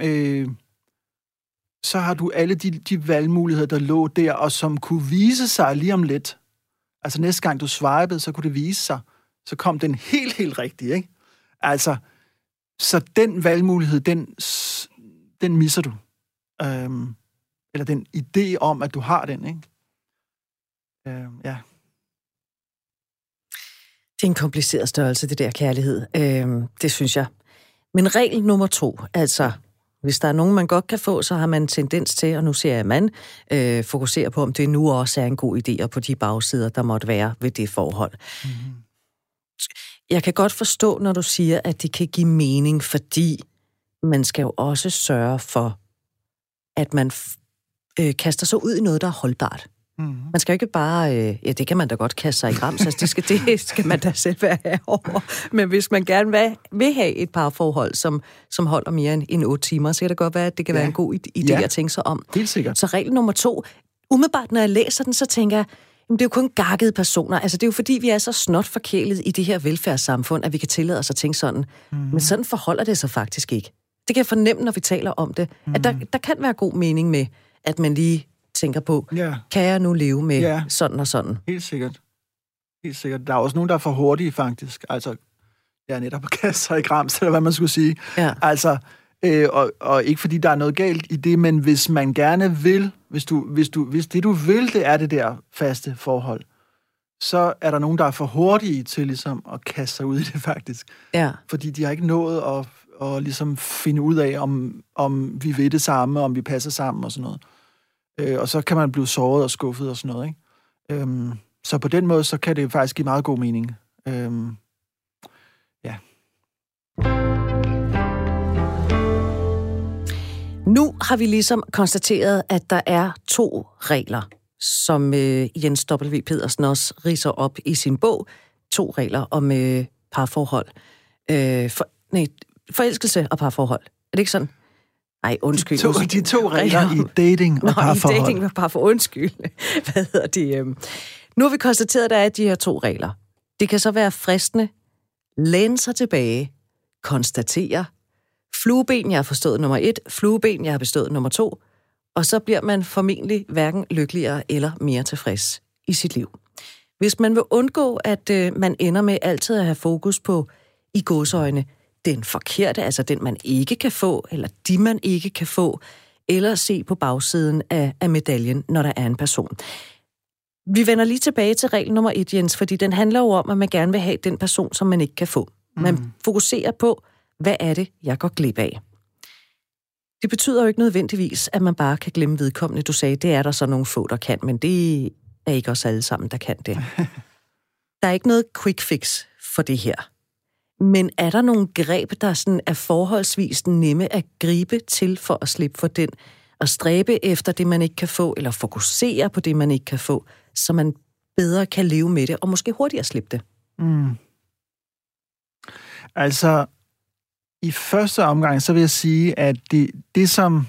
så har du alle de valgmuligheder, der lå der, og som kunne vise sig lige om lidt. Altså næste gang du swipede, så kunne det vise sig. Så kom den helt rigtig, ikke? Altså, så den valgmulighed, den misser du. Eller den idé om, at du har den, ikke? Ja. Det er en kompliceret størrelse, det der kærlighed. Det synes jeg. Men regel nummer 2, altså, hvis der er nogen, man godt kan få, så har man tendens til, og nu ser jeg, man fokuserer på, om det nu også er en god idé, og på de bagsider, der måtte være ved det forhold. Jeg kan godt forstå, når du siger, at det kan give mening, fordi man skal jo også sørge for, at man kaster sig ud i noget, der er holdbart. Man skal jo ikke bare... det kan man da godt kaste sig i grams, altså det skal man da selv være herovre. Men hvis man gerne vil have et parforhold, som holder mere end 8 timer, så kan det godt være, at det kan være en god idé at tænke sig om. Helt sikkert. Så regel nummer 2. Umiddelbart, når jeg læser den, så tænker jeg, det er jo kun gakkede personer. Altså, det er jo fordi, vi er så snot forkælet i det her velfærdssamfund, at vi kan tillade os at tænke sådan. Men sådan forholder det sig faktisk ikke. Det kan jeg fornemme, når vi taler om det. At der kan være god mening med, at man lige tænker på, kan jeg nu leve med sådan og sådan? Helt sikkert. Helt sikkert. Der er også nogen, der er for hurtige, faktisk. Altså, netop at kaste sig i grams, eller hvad man skulle sige. Ja. Altså, og ikke fordi der er noget galt i det, men hvis man gerne vil, hvis det du vil, det er det der faste forhold, så er der nogen, der er for hurtige til ligesom at kaste sig ud i det, faktisk. Ja. Fordi de har ikke nået at ligesom finde ud af, om vi ved det samme, om vi passer sammen og sådan noget. Og så kan man blive såret og skuffet og sådan noget, ikke? Så på den måde, så kan det faktisk give meget god mening. Nu har vi ligesom konstateret, at der er 2 regler, som Jens W. Pedersen også ridser op i sin bog. 2 regler om parforhold. Forelskelse og parforhold. Er det ikke sådan? Nej, undskyld. De to regler i dating og parforhold. I dating og parforhold. Undskyld. Hvad hedder det? Nu har vi konstateret, at der er de her 2 regler. Det kan så være fristende. Læne sig tilbage. Konstatere. Flueben, jeg har forstået nummer 1. Flueben, jeg har bestået nummer 2. Og så bliver man formentlig hverken lykkeligere eller mere tilfreds i sit liv. Hvis man vil undgå, at man ender med altid at have fokus på, i gåseøjne, den forkerte, altså den, man ikke kan få, eller de, man ikke kan få, eller se på bagsiden af medaljen, når der er en person. Vi vender lige tilbage til regel nummer 1, Jens, fordi den handler jo om, at man gerne vil have den person, som man ikke kan få. Man fokuserer på, hvad er det, jeg går glip af? Det betyder jo ikke nødvendigvis, at man bare kan glemme vedkommende. Du sagde, det er der så nogle få, der kan, men det er ikke os alle sammen, der kan det. Der er ikke noget quick fix for det her. Men er der nogle greb, der sådan er forholdsvis nemme at gribe til for at slippe for den, og stræbe efter det, man ikke kan få, eller fokusere på det, man ikke kan få, så man bedre kan leve med det, og måske hurtigere slippe det? Altså, i første omgang, så vil jeg sige, at det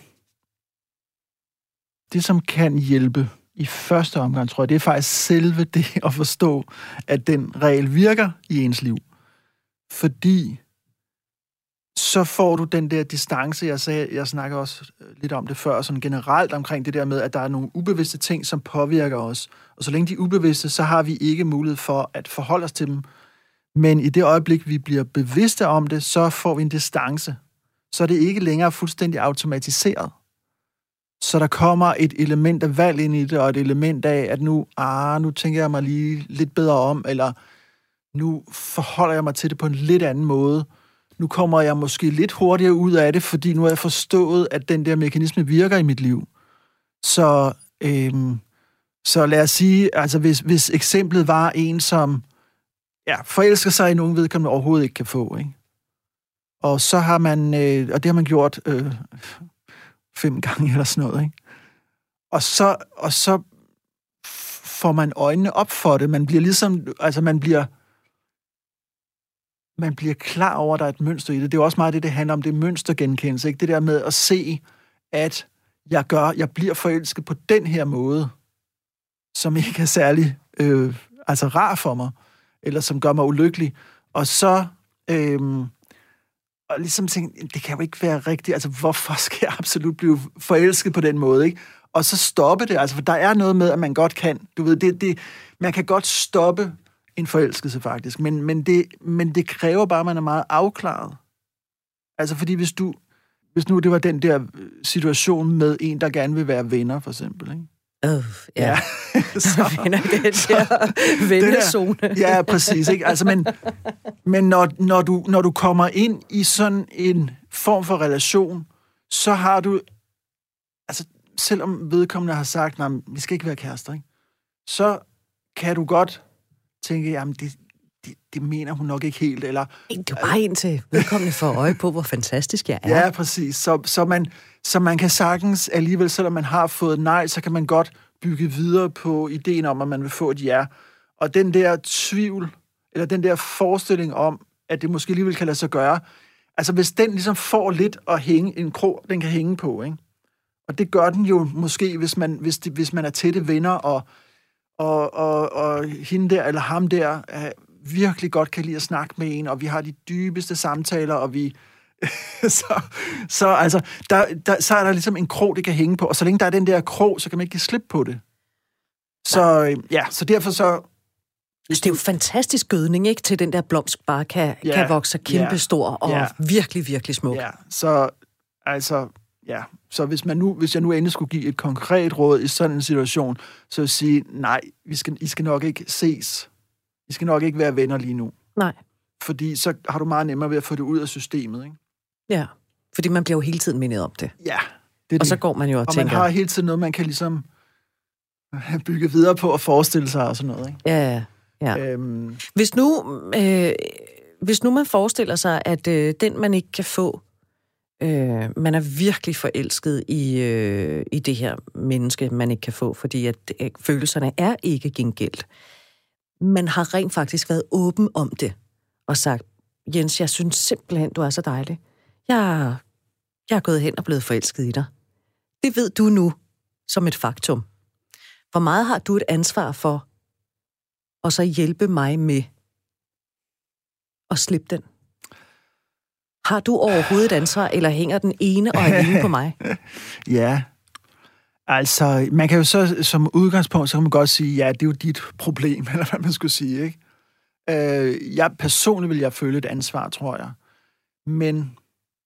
som kan hjælpe i første omgang, tror jeg, det er faktisk selve det at forstå, at den regel virker i ens liv. Fordi så får du den der distance, jeg snakker også lidt om det før, sådan generelt omkring det der med, at der er nogle ubevidste ting, som påvirker os. Og så længe de er ubevidste, så har vi ikke mulighed for at forholde os til dem. Men i det øjeblik, vi bliver bevidste om det, så får vi en distance. Så er det ikke længere fuldstændig automatiseret. Så der kommer et element af valg ind i det, og et element af, at nu tænker jeg mig lige lidt bedre om, eller nu forholder jeg mig til det på en lidt anden måde. Nu kommer jeg måske lidt hurtigere ud af det, fordi nu har jeg forstået, at den der mekanisme virker i mit liv. Så lad os sige, altså hvis eksemplet var en, som forelsker sig i nogen vedkommende overhovedet ikke kan få, ikke? Og så har man, og det har man gjort 5 gange eller sådan noget, ikke? Og så får man øjnene op for det. Man bliver ligesom, altså man bliver klar over, at der er et mønster i det. Det er jo også meget det handler om, det mønstergenkendelse, ikke? Det der med at se, at jeg bliver forelsket på den her måde, som ikke er særlig rar for mig, eller som gør mig ulykkelig. Og så og ligesom tænke, det kan jo ikke være rigtigt. Altså, hvorfor skal jeg absolut blive forelsket på den måde, ikke? Og så stoppe det, altså, for der er noget med, at man godt kan. Du ved, man kan godt stoppe en forelskelse, faktisk. Men det kræver bare, at man er meget afklaret. Altså, fordi hvis nu det var den der situation med en, der gerne vil være venner, for eksempel, ikke? Ja. Så finder den der vennezone. Ja, præcis, ikke? Altså, men når du kommer ind i sådan en form for relation, så har du, altså, selvom vedkommende har sagt, nej, vi skal ikke være kærester, ikke? Så kan du godt tænke, jamen, det mener hun nok ikke helt, eller... Det er bare indtil vedkommende får øje på, hvor fantastisk jeg er. Ja, præcis. Så man kan sagtens alligevel, selvom man har fået nej, så kan man godt bygge videre på ideen om, at man vil få et ja. Og den der tvivl, eller den der forestilling om, at det måske alligevel kan lade sig gøre, altså hvis den ligesom får lidt at hænge, en krog, den kan hænge på, ikke? Og det gør den jo måske, hvis man er tætte venner, og hende der, eller ham der, virkelig godt kan lide at snakke med en, og vi har de dybeste samtaler, og vi... så er der ligesom en krog, det kan hænge på, og så længe der er den der krog, så kan man ikke give slip på det. Så derfor så... Det er jo fantastisk gødning, ikke? Til den der blomst bare kan vokse kæmpestor og virkelig, virkelig smuk. Ja, så hvis jeg nu endelig skulle give et konkret råd i sådan en situation, så vil jeg sige, nej, I skal nok ikke ses. I skal nok ikke være venner lige nu. Nej. Fordi så har du meget nemmere ved at få det ud af systemet, ikke? Ja, fordi man bliver jo hele tiden mindet om det. Ja. Og så går man jo og tænker... Og man har hele tiden noget, man kan ligesom bygge videre på og forestille sig og sådan noget, ikke? Ja. Hvis nu man forestiller sig, at den, man ikke kan få, Man er virkelig forelsket i det her menneske, man ikke kan få, fordi at følelserne er ikke gengældt. Man har rent faktisk været åben om det, og sagt, Jens, jeg synes simpelthen, du er så dejlig. Jeg er gået hen og blevet forelsket i dig. Det ved du nu som et faktum. Hvor meget har du et ansvar for at så hjælpe mig med at slippe den? Har du overhovedet et ansvar, eller hænger den ene og alene på mig? Ja, altså, man kan jo så som udgangspunkt, så kan man godt sige, ja, det er jo dit problem, eller hvad man skulle sige, ikke? Jeg personligt vil jeg føle et ansvar, tror jeg. Men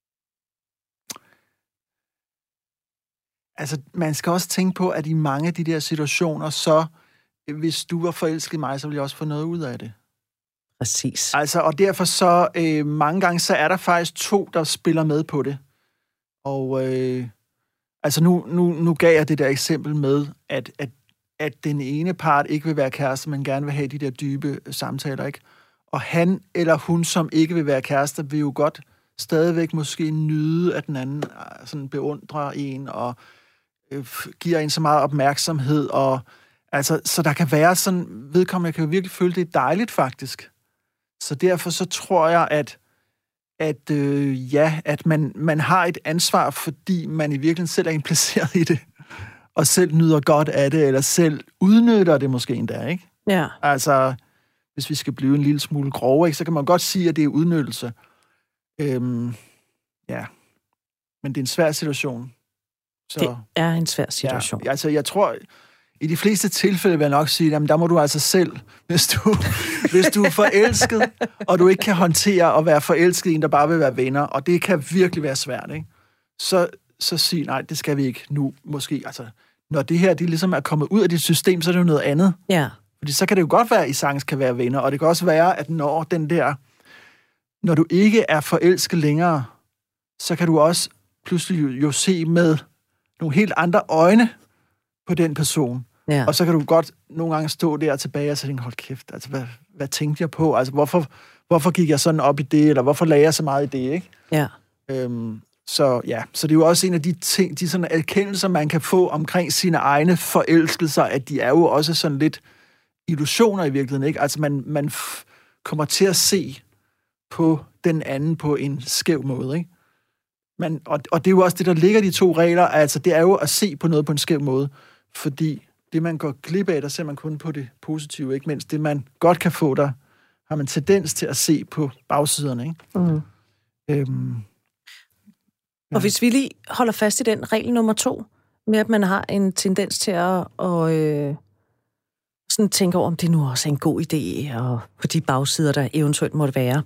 altså, man skal også tænke på, at i mange af de der situationer, så hvis du var forelsket i mig, så vil jeg også få noget ud af det. Præcis. Altså, og derfor så mange gange, så er der faktisk to, der spiller med på det. Og altså nu gav jeg det der eksempel med, at den ene part ikke vil være kæreste, men gerne vil have de der dybe samtaler, ikke? Og han eller hun, som ikke vil være kæreste, vil jo godt stadigvæk måske nyde, at den anden sådan beundrer en og giver en så meget opmærksomhed. Og, altså, så der kan være sådan, vedkommende kan jo virkelig føle, det er dejligt faktisk. Så derfor så tror jeg, at man har et ansvar, fordi man i virkeligheden selv er impliceret i det, og selv nyder godt af det, eller selv udnytter det måske endda, ikke? Ja. Altså, hvis vi skal blive en lille smule grove, ikke, så kan man godt sige, at det er udnyttelse. Ja. Men det er en svær situation. Så, det er en svær situation. Ja, altså, jeg tror, i de fleste tilfælde vil jeg nok sige, at der må du altså selv, hvis du er forelsket, og du ikke kan håndtere at være forelsket i en, der bare vil være venner, og det kan virkelig være svært, ikke? Så sig, nej, det skal vi ikke nu, måske. Altså, når det her, det ligesom er kommet ud af dit system, så er det jo noget andet. Ja. Fordi så kan det jo godt være, at I sagtens kan være venner, og det kan også være, at når du ikke er forelsket længere, så kan du også pludselig jo se med nogle helt andre øjne på den person. Ja. Og så kan du godt nogle gange stå der tilbage og så tænke, hold kæft, altså hvad tænkte jeg på? Altså hvorfor gik jeg sådan op i det, eller hvorfor lagde jeg så meget i det, ikke? Ja. Så det er jo også en af de ting, de sådan erkendelser, man kan få omkring sine egne forelskelser, at de er jo også sådan lidt illusioner i virkeligheden, ikke? Altså man kommer til at se på den anden på en skæv måde, ikke? Og det er jo også det, der ligger de to regler, altså det er jo at se på noget på en skæv måde, fordi det, man går glip af, der ser man kun på det positive, ikke mindst det, man godt kan få, der har man tendens til at se på bagsiderne, ikke? Mm. Ja. Og hvis vi lige holder fast i den regel nummer 2, med at man har en tendens til at sådan tænke over, om det nu også er en god idé, og på de bagsider, der eventuelt måtte være.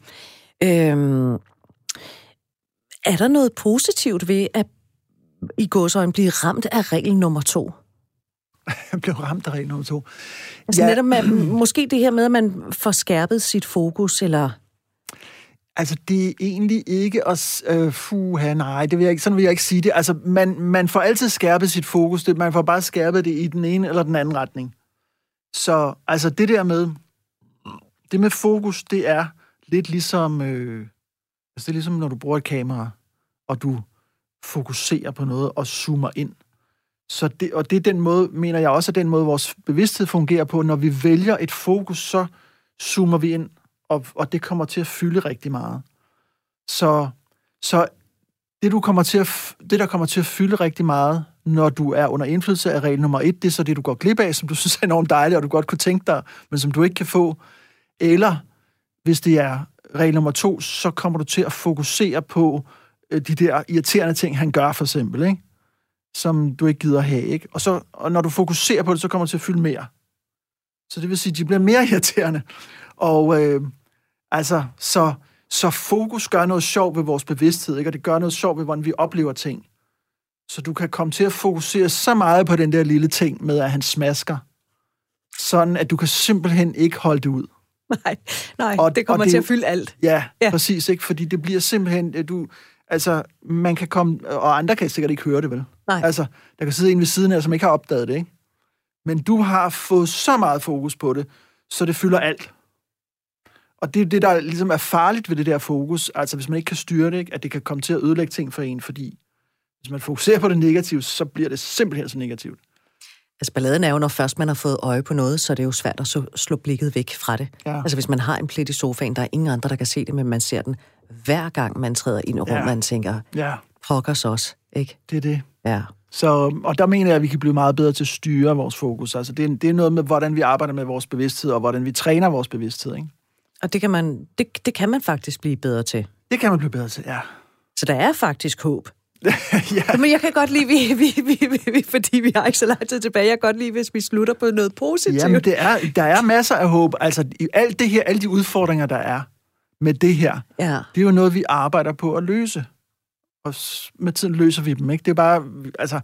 Er der noget positivt ved at i gåseøjne blive ramt af regel nummer 2? Blev ramt af regel nummer 2? Altså netop med, måske det her med, at man får skærpet sit fokus, eller... Altså, det er egentlig ikke at... nej, det vil jeg ikke, sådan vil jeg ikke sige det. Altså, man får altid skærpet sit fokus. Man får bare skærpet det i den ene eller den anden retning. Så, altså, det der med... Det med fokus, det er lidt ligesom... det er ligesom, når du bruger et kamera, og du fokuserer på noget og zoomer ind. Så det er den måde, mener jeg også, er den måde, vores bevidsthed fungerer på. Når vi vælger et fokus, så zoomer vi ind, og det kommer til at fylde rigtig meget. Så det, der kommer til at fylde rigtig meget, når du er under indflydelse af regel nummer 1, det er så det, du går glip af, som du synes er enormt dejligt, og du godt kunne tænke dig, men som du ikke kan få. Eller hvis det er regel nummer 2, så kommer du til at fokusere på de der irriterende ting, han gør, for eksempel, ikke? Som du ikke gider have, ikke? Og når du fokuserer på det, så kommer det til at fylde mere. Så det vil sige, at de bliver mere irriterende. Og så fokus gør noget sjovt ved vores bevidsthed, ikke? Og det gør noget sjovt ved, hvordan vi oplever ting. Så du kan komme til at fokusere så meget på den der lille ting med, at han smasker, sådan at du kan simpelthen ikke holde det ud. Nej, og det kommer til at fylde alt. Ja, præcis, ikke? Fordi det bliver simpelthen... man kan komme... Og andre kan sikkert ikke høre det, vel? Nej. Altså, der kan sidde en ved siden af, som ikke har opdaget det, ikke? Men du har fået så meget fokus på det, så det fylder alt. Og det er det, der ligesom er farligt ved det der fokus. Altså, hvis man ikke kan styre det, ikke? At det kan komme til at ødelægge ting for en, fordi hvis man fokuserer på det negative, så bliver det simpelthen så negativt. Altså, balladen er jo, når først man har fået øje på noget, så er det jo svært at slå blikket væk fra det. Ja. Altså, hvis man har en plet i sofaen, der er ingen andre, der kan se det, men man ser den hver gang, man træder ind i rummet, man tænker, pokkers også, ikke? Det er det. Ja. Så, og der mener jeg, at vi kan blive meget bedre til at styre vores fokus. Altså, det er noget med, hvordan vi arbejder med vores bevidsthed, og hvordan vi træner vores bevidsthed, ikke? Og det kan man faktisk blive bedre til. Det kan man blive bedre til, ja. Så der er faktisk håb. Ja. Men jeg kan godt lide, fordi vi har ikke så lang tid tilbage, jeg kan godt lide, hvis vi slutter på noget positivt. Jamen, der er masser af håb. Altså, alt det her, alle de udfordringer, der er med det her, det er jo noget, vi arbejder på at løse. Og med tiden løser vi dem, ikke? Det er bare, altså,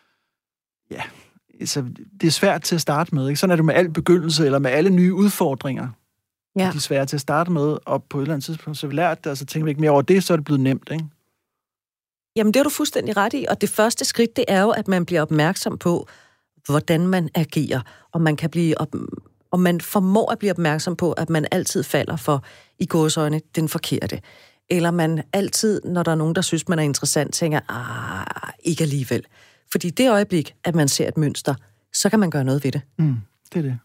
det er svært til at starte med, ikke? Sådan er det med al begyndelse, eller med alle nye udfordringer. Ja. De er svære til at starte med, og på et eller andet tidspunkt, så vi lært det, og så tænker vi ikke mere over det, så er det blevet nemt, ikke? Jamen, det er du fuldstændig ret i, og det første skridt, det er jo, at man bliver opmærksom på, hvordan man agerer, og man kan og man formår at blive opmærksom på, at man altid falder for, i gåseøjne, den forkerte. Eller man altid, når der er nogen, der synes, man er interessant, tænker, ikke alligevel. Fordi det øjeblik, at man ser et mønster, så kan man gøre noget ved det. Det er det.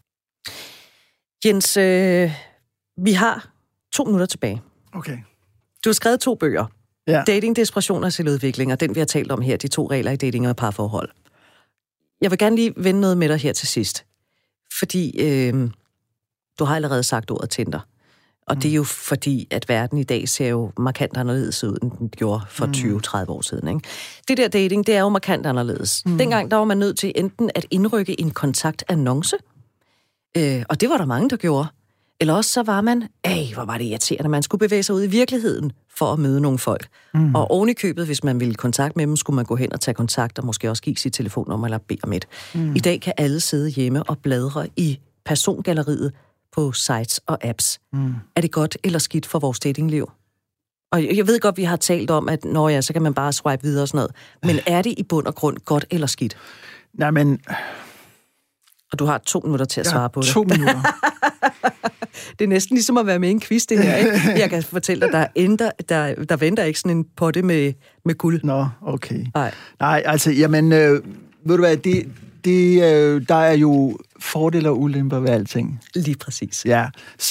Jens, vi har 2 minutter tilbage. Okay. Du har skrevet 2 bøger. Ja. Dating, desperation og selvudvikling, og den vi har talt om her, de 2 regler i dating og parforhold. Jeg vil gerne lige vende noget med dig her til sidst. Fordi du har allerede sagt ordet Tinder. Og det er jo fordi, at verden i dag ser jo markant anderledes ud, end den gjorde for 20-30 år siden. Ikke? Det der dating, det er jo markant anderledes. Dengang, der var man nødt til enten at indrykke en kontaktannonce, og det var der mange, der gjorde. Eller også så var man, hvor var det irriterende, man skulle bevæge sig ud i virkeligheden for at møde nogle folk. Og oven i købet, hvis man ville kontakt med dem, skulle man gå hen og tage kontakt, og måske også give sit telefonnummer eller bede om et. I dag kan alle sidde hjemme og bladre i persongalleriet på sites og apps. Er det godt eller skidt for vores datingliv? Og jeg ved godt, vi har talt om, at så kan man bare swipe videre og sådan noget. Men er det i bund og grund godt eller skidt? Nej, men... Og du har 2 minutter til at svare på det. 2 minutter. Det er næsten ligesom at være med i en quiz, det her, ikke? Jeg kan fortælle dig, der venter ikke sådan en potte med guld. Nå, okay. Nej, altså, jamen, ved du hvad, der er jo fordele og ulemper ved alting. Lige præcis. Ja,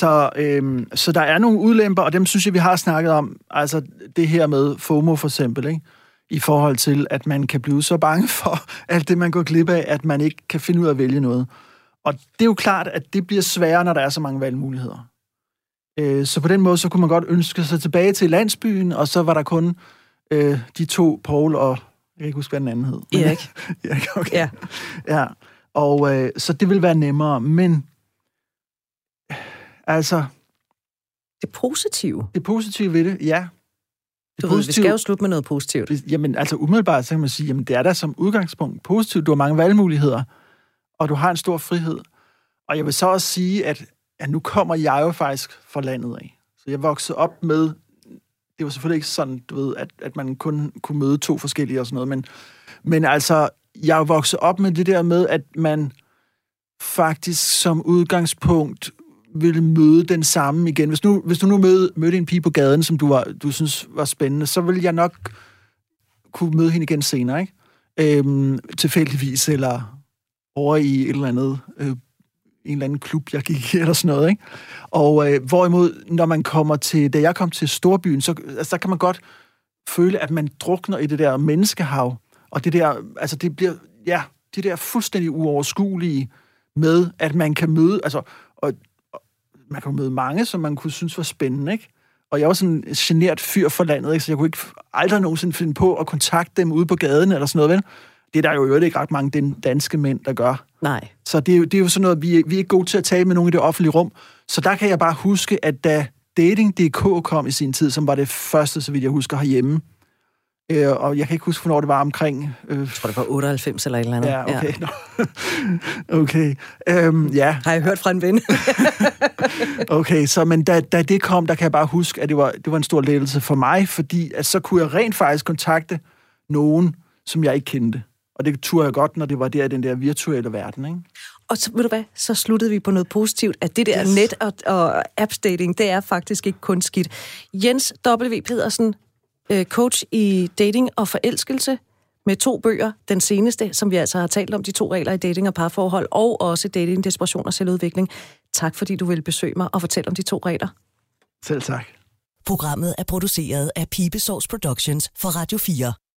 så der er nogle ulemper, og dem synes jeg, vi har snakket om. Altså, det her med FOMO for eksempel, ikke? I forhold til, at man kan blive så bange for alt det, man går glip af, at man ikke kan finde ud af at vælge noget. Og det er jo klart, at det bliver sværere, når der er så mange valgmuligheder. Så på den måde, så kunne man godt ønske sig tilbage til landsbyen, og så var der kun de 2, Paul og... Jeg kan ikke huske, hvad den anden hed. Erik. Erik, okay. Ja. Og så det vil være nemmere, men... Altså... Det positive. Det positive ved det, ja. Vi skal jo slutte med noget positivt. Jamen, altså umiddelbart, så kan man sige, jamen det er der som udgangspunkt positivt. Du har mange valgmuligheder, og du har en stor frihed. Og jeg vil så også sige, at nu kommer jeg jo faktisk fra landet af. Så jeg voksede op med, det var selvfølgelig ikke sådan, du ved, at man kun kunne møde 2 forskellige og sådan noget, men altså, jeg er vokset op med det der med, at man faktisk som udgangspunkt ville møde den samme igen. Hvis du nu mødte en pige på gaden, som du synes var spændende, så ville jeg nok kunne møde hende igen senere, ikke? Tilfældigvis, eller over i et eller andet, en eller anden klub, jeg gik i, eller sådan noget, ikke? Og hvorimod, når man kommer til, da jeg kom til storbyen, så kan man godt føle, at man drukner i det der menneskehav, og det der, altså det bliver, det der fuldstændig uoverskuelige med, at man kan møde, altså, og man kan møde mange, som man kunne synes var spændende, ikke? Og jeg var sådan en genert fyr for landet, ikke? Så jeg kunne ikke aldrig nogensinde finde på at kontakte dem ude på gaden, eller sådan noget, vel? Det er der jo ikke ret mange danske mænd, der gør. Nej. Så det er jo sådan noget, vi er ikke gode til at tale med nogen i det offentlige rum. Så der kan jeg bare huske, at da Dating.dk kom i sin tid, som var det første, så vidt jeg husker, herhjemme, og jeg kan ikke huske, hvornår det var omkring... Jeg tror, det var 98 eller et eller andet. Ja, okay. Ja. Okay. Ja. Har jeg hørt fra en ven? Okay, så men da det kom, der kan jeg bare huske, at det var en stor lettelse for mig, fordi at så kunne jeg rent faktisk kontakte nogen, som jeg ikke kendte. Og det turde jeg godt, når det var der i den der virtuelle verden, ikke? Og så, ved du hvad, så sluttede vi på noget positivt, at det der net- og apps-dating, det er faktisk ikke kun skidt. Jens W. Pedersen, coach i dating og forelskelse, med 2 bøger. Den seneste, som vi altså har talt om, de 2 regler i dating og parforhold, og også dating, desperation og selvudvikling. Tak fordi du ville besøge mig og fortælle om de 2 regler. Selv tak. Programmet er produceret af Pibesovs Productions for Radio 4.